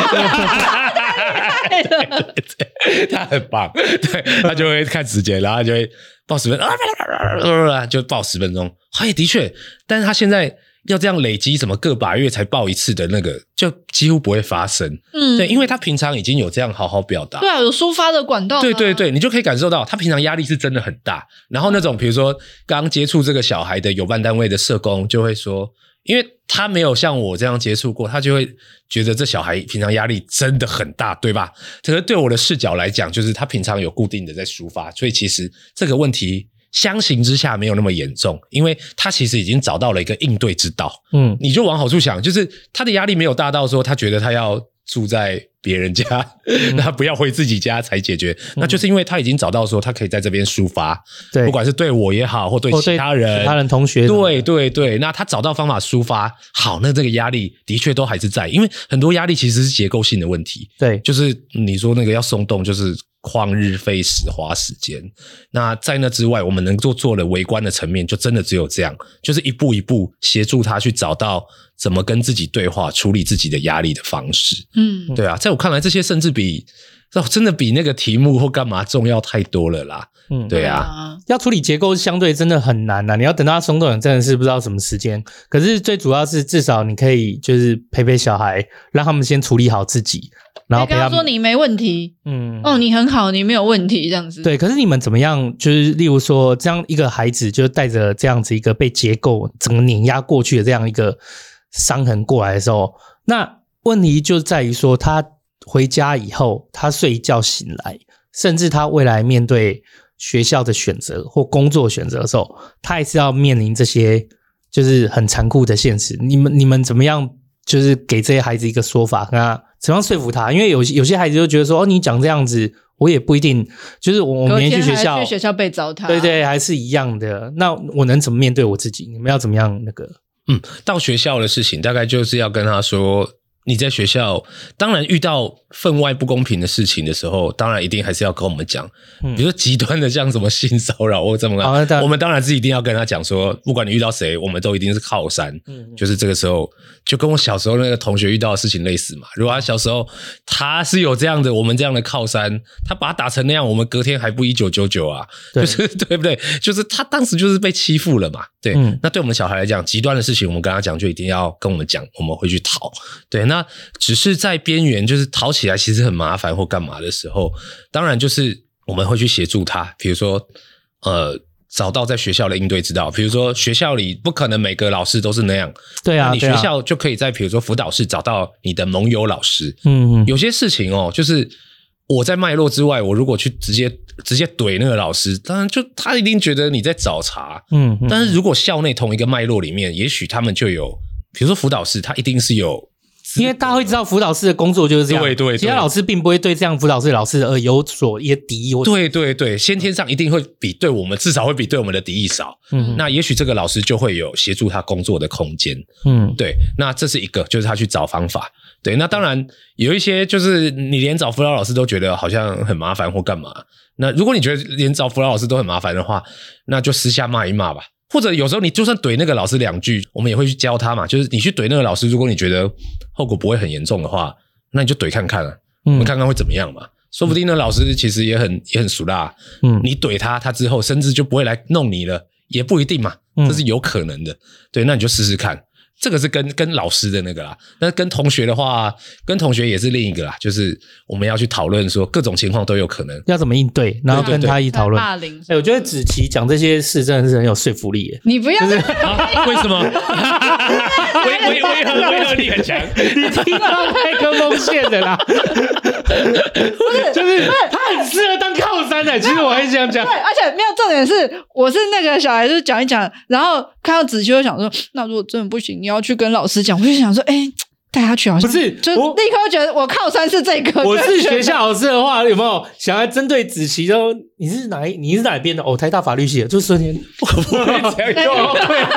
他很棒，对，他就会看时间，然后他就会报10分钟，就报10分钟。的确，但是他现在。要这样累积什么个把月才报一次的那个，就几乎不会发生。对，因为他平常已经有这样好好表达。 对啊，有抒发的管道。 对，你就可以感受到他平常压力是真的很大。然后那种比如说刚接触这个小孩的有办单位的社工就会说，因为他没有像我这样接触过，他就会觉得这小孩平常压力真的很大，对吧？可是对我的视角来讲，就是他平常有固定的在抒发，所以其实这个问题相形之下没有那么严重，因为他其实已经找到了一个应对之道。你就往好处想，就是他的压力没有大到说他觉得他要住在别人家，那不要回自己家才解决，那就是因为他已经找到说他可以在这边抒发，对，不管是对我也好，或对其他人同学， 对，那他找到方法抒发，好，那这个压力的确都还是在，因为很多压力其实是结构性的问题， 对， 就是你说那个要松动，就是旷日费时花时间，那在那之外我们能够做的微观的层面就真的只有这样，就是一步一步协助他去找到怎么跟自己对话处理自己的压力的方式。对啊，在我看来这些甚至真的比那个题目或干嘛重要太多了啦。对啊， 要处理结构相对真的很难啊，你要等到他松动真的是不知道什么时间，可是最主要是至少你可以就是陪小孩，让他们先处理好自己，然后陪他们说你没问题，你很好，你没有问题这样子。 对，可是你们怎么样，就是例如说这样一个孩子就带着这样子一个被结构整个碾压过去的这样一个伤痕过来的时候，那问题就在于说他回家以后，他睡一觉醒来，甚至他未来面对学校的选择或工作选择的时候，他还是要面临这些就是很残酷的现实。你们怎么样就是给这些孩子一个说法，跟他怎么样说服他？因为有些孩子就觉得说，你讲这样子我也不一定，就是我明天去学校被糟蹋， 对，还是一样的，那我能怎么面对我自己？你们要怎么样那个到学校的事情大概就是要跟他说，你在学校当然遇到分外不公平的事情的时候，当然一定还是要跟我们讲，比如说极端的像什么性骚扰或怎么样，我们当然是一定要跟他讲说，不管你遇到谁，我们都一定是靠山。就是这个时候就跟我小时候那个同学遇到的事情类似嘛，如果他小时候他是有这样的我们这样的靠山，他把他打成那样，我们隔天还不1999啊，就是对不对？就是他当时就是被欺负了嘛，对。那对我们小孩来讲，极端的事情我们跟他讲就一定要跟我们讲，我们会去讨。对，那只是在边缘就是讨起来其实很麻烦或干嘛的时候，当然就是我们会去协助他，比如说找到在学校的应对之道，比如说学校里不可能每个老师都是那样，对啊，你学校就可以在比如说辅导室找到你的盟友老师。有些事情就是我在脉络之外，我如果去直接怼那个老师，当然就他一定觉得你在找茬。但是如果校内同一个脉络里面，也许他们就有，比如说辅导室他一定是有， 因为大家会知道辅导室的工作就是这样，对，其他老师并不会对这样辅导室的老师有所敌意。 对，先天上一定会比对我们至少会比对我们的敌意少。那也许这个老师就会有协助他工作的空间。对，那这是一个，就是他去找方法。对，那当然有一些就是你连找辅导老师都觉得好像很麻烦或干嘛，那如果你觉得连找辅导老师都很麻烦的话，那就私下骂一骂吧。或者有时候你就算怼那个老师2句，我们也会去教他嘛，就是你去怼那个老师，如果你觉得后果不会很严重的话， 那你就怼看看啊，我们看看会怎么样嘛。说不定呢，老师其实也很俗辣，你怼他之后甚至就不会来弄你了，也不一定嘛，这是有可能的。对，那你就试试看。这个是跟老师的那个啦，但是跟同学的话，跟同学也是另一个啦，就是我们要去讨论说各种情况都有可能， 要怎么应对，然后跟他一讨论。 霸凌， 我觉得子琪讲这些事真的是很有说服力耶。 你不要、就是为什么？为何力很强？ 你听到麦克风线的啦，就是他很适合当靠山的。其实我很想讲， 对，而且没有重点是，我是那个小孩，就是讲一讲，然后看到子琪就想说，那如果真的不行，你要去跟老师讲。我就想说，带他去好像不是， 就立刻觉得我靠山是这个。 我是学校老师的话，有没有想要针对子琪说你是哪边的？台大法律系的，就瞬间我不会这样用，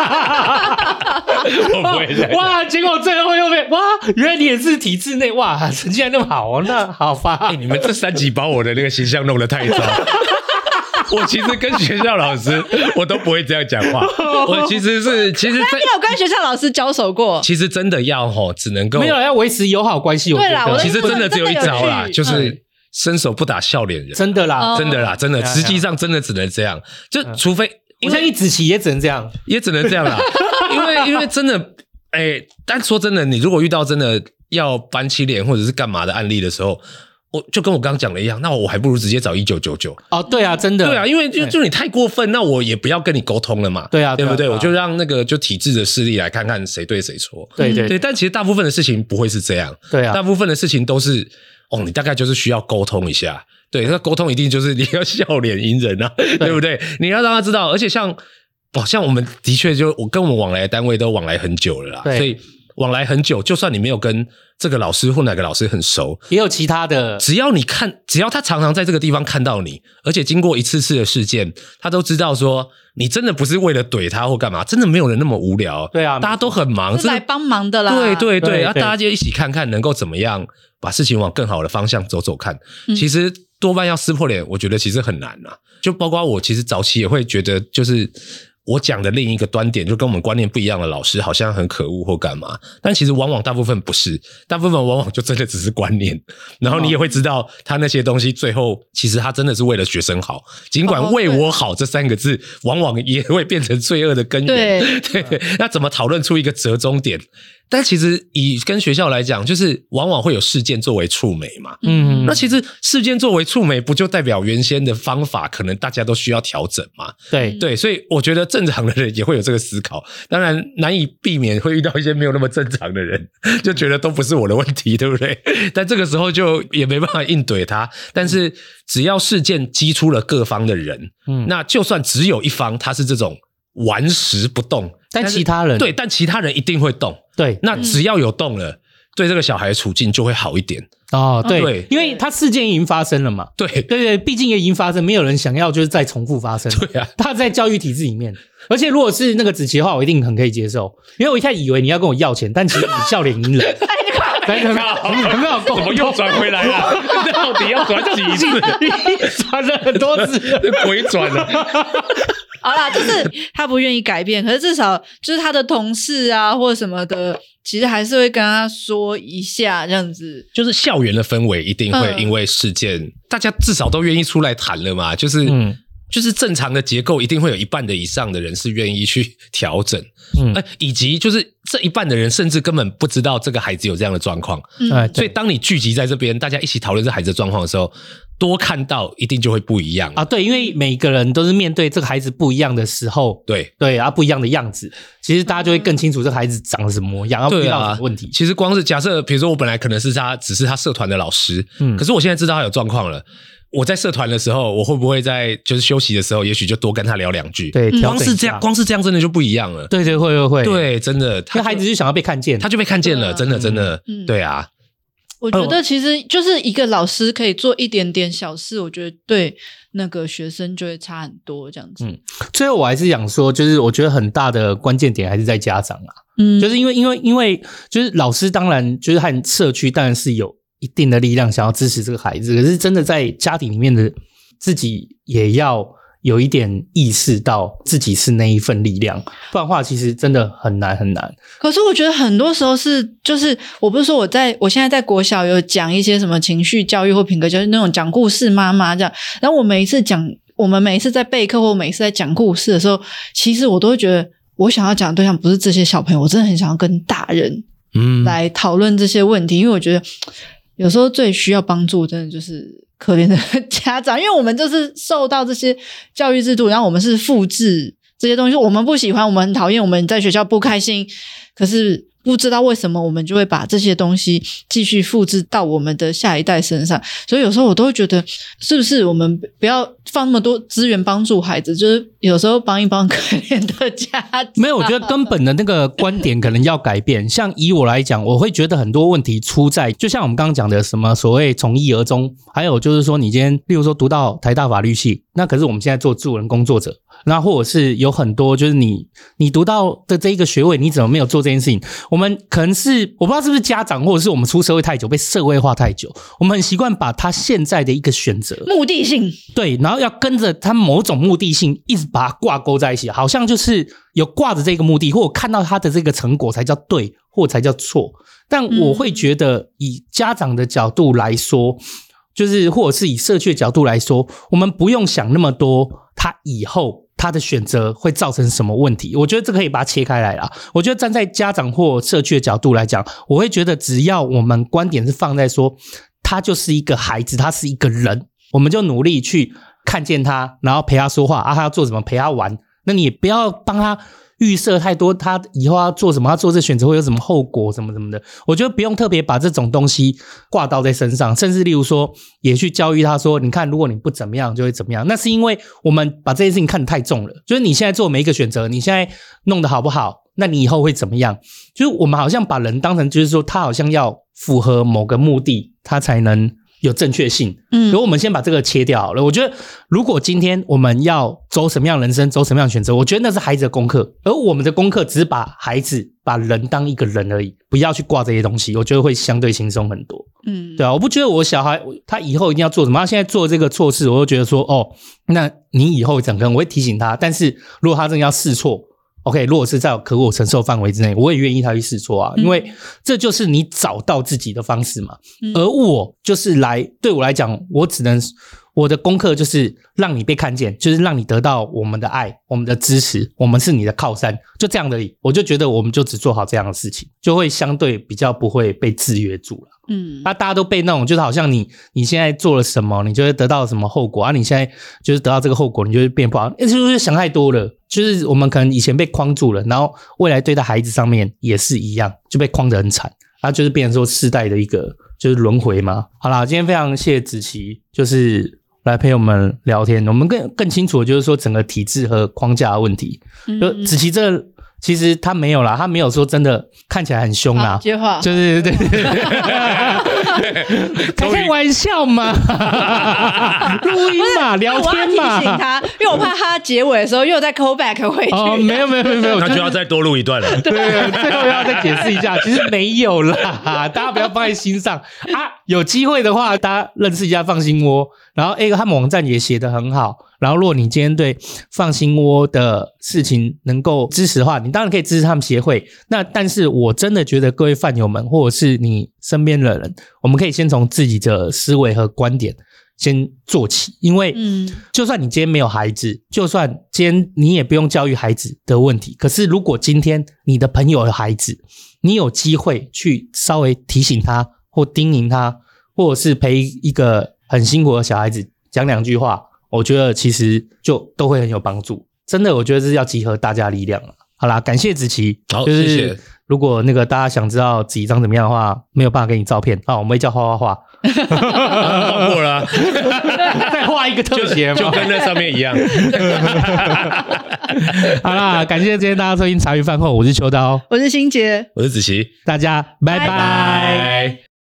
我不会这样。 哇，结果最后又被哇，原来你也是体制内，哇，成绩还那么好哦，那好吧。 你们这3集把我的那个形象弄得太糟。我其实跟学校老师我都不会这样讲话，我其实你有跟学校老师交手过？ 其实真的要只能够没有要维持友好关系。 对啦， 其实真的只有一招啦，就是伸手不打笑脸人。 真的啦， 真的，实际上真的只能这样，就除非我相信子琪也只能这样， 啦，因为真的，但说真的，你如果遇到真的要板起脸或者是干嘛的案例的时候。就跟我刚刚讲的一样，那我还不如直接找1999。 对啊，真的。 对啊，因为就你太过分，那我也不要跟你沟通了嘛。 对啊， 对不对？我就让那个就体制的势力来看看谁对谁错。 对， 但其实大部分的事情不会是这样。 对啊， 大部分的事情都是你大概就是需要沟通一下。对，那沟通一定就是你要笑脸迎人啊，对不对？你要让他知道，而且像我们的确我跟我们往来的单位都往来很久了啦，所以往来很久，就算你没有跟这个老师或哪个老师很熟， 也有其他的。 只要他常常在这个地方看到你，而且经过一次次的事件，他都知道说你真的不是为了怼他或干嘛，真的没有人那么无聊。 对啊， 大家都很忙， 是来帮忙的啦。 对，大家就一起看看能够怎么样把事情往更好的方向走走看。其实多半要撕破脸，我觉得其实很难啊。就包括我其实早期也会觉得就是我讲的另一个端点就跟我们观念不一样的老师好像很可恶或干嘛，但其实往往大部分不是，大部分往往就真的只是观念，然后你也会知道他那些东西最后其实他真的是为了学生好，尽管为我好这3个字往往也会变成罪恶的根源。对，那怎么讨论出一个折中点？但其实以跟学校来讲，就是往往会有事件作为触媒嘛。那其实事件作为触媒，不就代表原先的方法可能大家都需要调整嘛？对，所以我觉得正常的人也会有这个思考。当然难以避免会遇到一些没有那么正常的人，就觉得都不是我的问题，对不对？但这个时候就也没办法硬怼他。但是只要事件激出了各方的人，那就算只有一方他是这种顽石不动， 但其他人但其他人一定会动。 对， 那只要有动了，对这个小孩的处境就会好一点。 对，因为他事件已经发生了嘛。对，毕竟也已经发生，没有人想要就是再重复发生。 对啊， 他在教育体制里面，而且如果是那个子琪的话，我一定很可以接受，因为我一开始以为你要跟我要钱，但其实你笑脸迎人。很好，怎么又转回来了？到底要转几次？ 转了很多次， 鬼转了。 好啦，就是他不愿意改变，可是至少就是他的同事啊或者什么的，其实还是会跟他说一下这样子。 就是校园的氛围一定会因为事件，大家至少都愿意出来谈了嘛。就是正常的结构一定会有1半的以上的人是愿意去调整，以及就是这1半的人甚至根本不知道这个孩子有这样的状况，所以当你聚集在这边，大家一起讨论这孩子的状况的时候，多看到一定就会不一样啊。 对，因为每个人都是面对这个孩子不一样的时候，对不一样的样子，其实大家就会更清楚这个孩子长什么模样，要遇到什么问题。 其实光是假设，比如说我本来可能是只是他社团的老师，可是我现在知道他有状况了。我在社团的时候，我会不会在就是休息的时候，也许就多跟他聊2句？ 对， 光是这样真的就不一样了。 对，会。 对，真的， 因为孩子就想要被看见， 他就被看见了，真的，对啊。 我觉得其实就是一个老师可以做一点点小事，我觉得对那个学生就会差很多这样子。 最后我还是想说，就是我觉得很大的关键点还是在家长啊。就是因为就是老师当然就是和社区当然是有一定的力量想要支持这个孩子，可是真的在家庭里面的自己也要有一点意识到自己是那一份力量，不然的话其实真的很难很难。 可是我觉得很多时候就是我不是说我现在在国小有讲一些什么情绪教育或品格教育那种讲故事妈妈这样，然后我们每一次在备课或每一次在讲故事的时候，其实我都会觉得我想要讲的对象不是这些小朋友，我真的很想要跟大人来讨论这些问题，因为我觉得有时候最需要帮助真的就是可怜的家长，因为我们就是受到这些教育制度，然后我们是复制这些东西，我们不喜欢，我们很讨厌，我们在学校不开心，可是不知道为什么我们就会把这些东西继续复制到我们的下一代身上，所以有时候我都会觉得是不是我们不要放那么多资源帮助孩子，就是有时候帮一帮可怜的家长。 没有，我觉得根本的那个观点可能要改变。像以我来讲，我会觉得很多问题出在就像我们刚刚讲的什么所谓从一而终，还有就是说你今天例如说读到台大法律系，那可是我们现在做助人工作者，那或者是有很多就是你读到的这一个学位，你怎么没有做这件事情？我们可能是我不知道是不是家长，或者是我们出社会太久，被社会化太久，我们很习惯把他现在的一个选择目的性， 对，然后要跟着他某种目的性一直把它挂钩在一起，好像就是有挂着这个目的，或者看到他的这个成果才叫对，或才叫错。但我会觉得以家长的角度来说，就是或者是以社区的角度来说，我们不用想那么多他以后他的选择会造成什么问题，我觉得这可以把它切开来啦。我觉得站在家长或社区的角度来讲，我会觉得只要我们观点是放在说他就是一个孩子，他是一个人，我们就努力去看见他，然后陪他说话啊，他要做什么陪他玩，那你也不要帮他预设太多他以后要做什么，他做这选择会有什么后果什么什么的，我觉得不用特别把这种东西挂到在身上，甚至例如说也去教育他说，你看如果你不怎么样就会怎么样，那是因为我们把这件事情看得太重了，就是你现在做每一个选择，你现在弄得好不好，那你以后会怎么样，就是我们好像把人当成就是说他好像要符合某个目的他才能有正确性，所以我们先把这个切掉好了。我觉得如果今天我们要走什么样的人生，走什么样的选择，我觉得那是孩子的功课，而我们的功课只是把孩子把人当一个人而已，不要去挂这些东西，我觉得会相对轻松很多。对啊，我不觉得我小孩他以后一定要做什么，他现在做这个错事，我就觉得说哦，那你以后可能我会提醒他，但是如果他真的要试错，OK， 如果是在可我承受范围之内，我也愿意他去试错啊，因为这就是你找到自己的方式嘛。而我就是对我来讲，我的功课就是让你被看见，就是让你得到我们的爱，我们的支持，我们是你的靠山，就这样的。我就觉得我们就只做好这样的事情，就会相对比较不会被制约住了。大家都被那种就是好像你现在做了什么，你就会得到什么后果啊，你现在就是得到这个后果，你就会变不好，就是想太多了。就是我们可能以前被框住了，然后未来对待孩子上面也是一样，就被框得很惨，就是变成说世代的一个就是轮回嘛。好啦，今天非常谢谢子琪，就是来陪我们聊天，我们更清楚的就是说整个体制和框架的问题。就子琪这其实他没有啦，他没有说真的看起来很凶啦， 接话就是对开玩笑嘛，录音嘛，聊天嘛。 我要提醒他，因为我怕他结尾的时候又再 call back 回去。 哦，没有， 他就要再多录一段了。 对，最后要再解释一下，其实没有啦，大家不要放在心上啊。有机会的话，大家认识一下放心窝，然后他们网站也写得很好。然后如果你今天对放心窝的事情能够支持的话，你当然可以支持他们协会。那但是我真的觉得各位饭友们或者是你身边的人，我们可以先从自己的思维和观点先做起，因为就算你今天没有孩子，就算今天你也不用教育孩子的问题，可是如果今天你的朋友有孩子，你有机会去稍微提醒他或叮咛他，或者是陪一个很辛苦的小孩子讲两句话，我觉得其实就都会很有帮助。真的，我觉得这是要集合大家力量了。好啦，感谢子琪。 好， 就是谢谢。 如果大家想知道子琪长怎么样的话，没有办法给你照片啊，我们会叫画。 画过了啊， 再画一个特写就跟那上面一样。 好啦，感谢今天大家收听茶余饭后，我是秋刀， 我是欣杰， 我是子琪， 大家拜拜。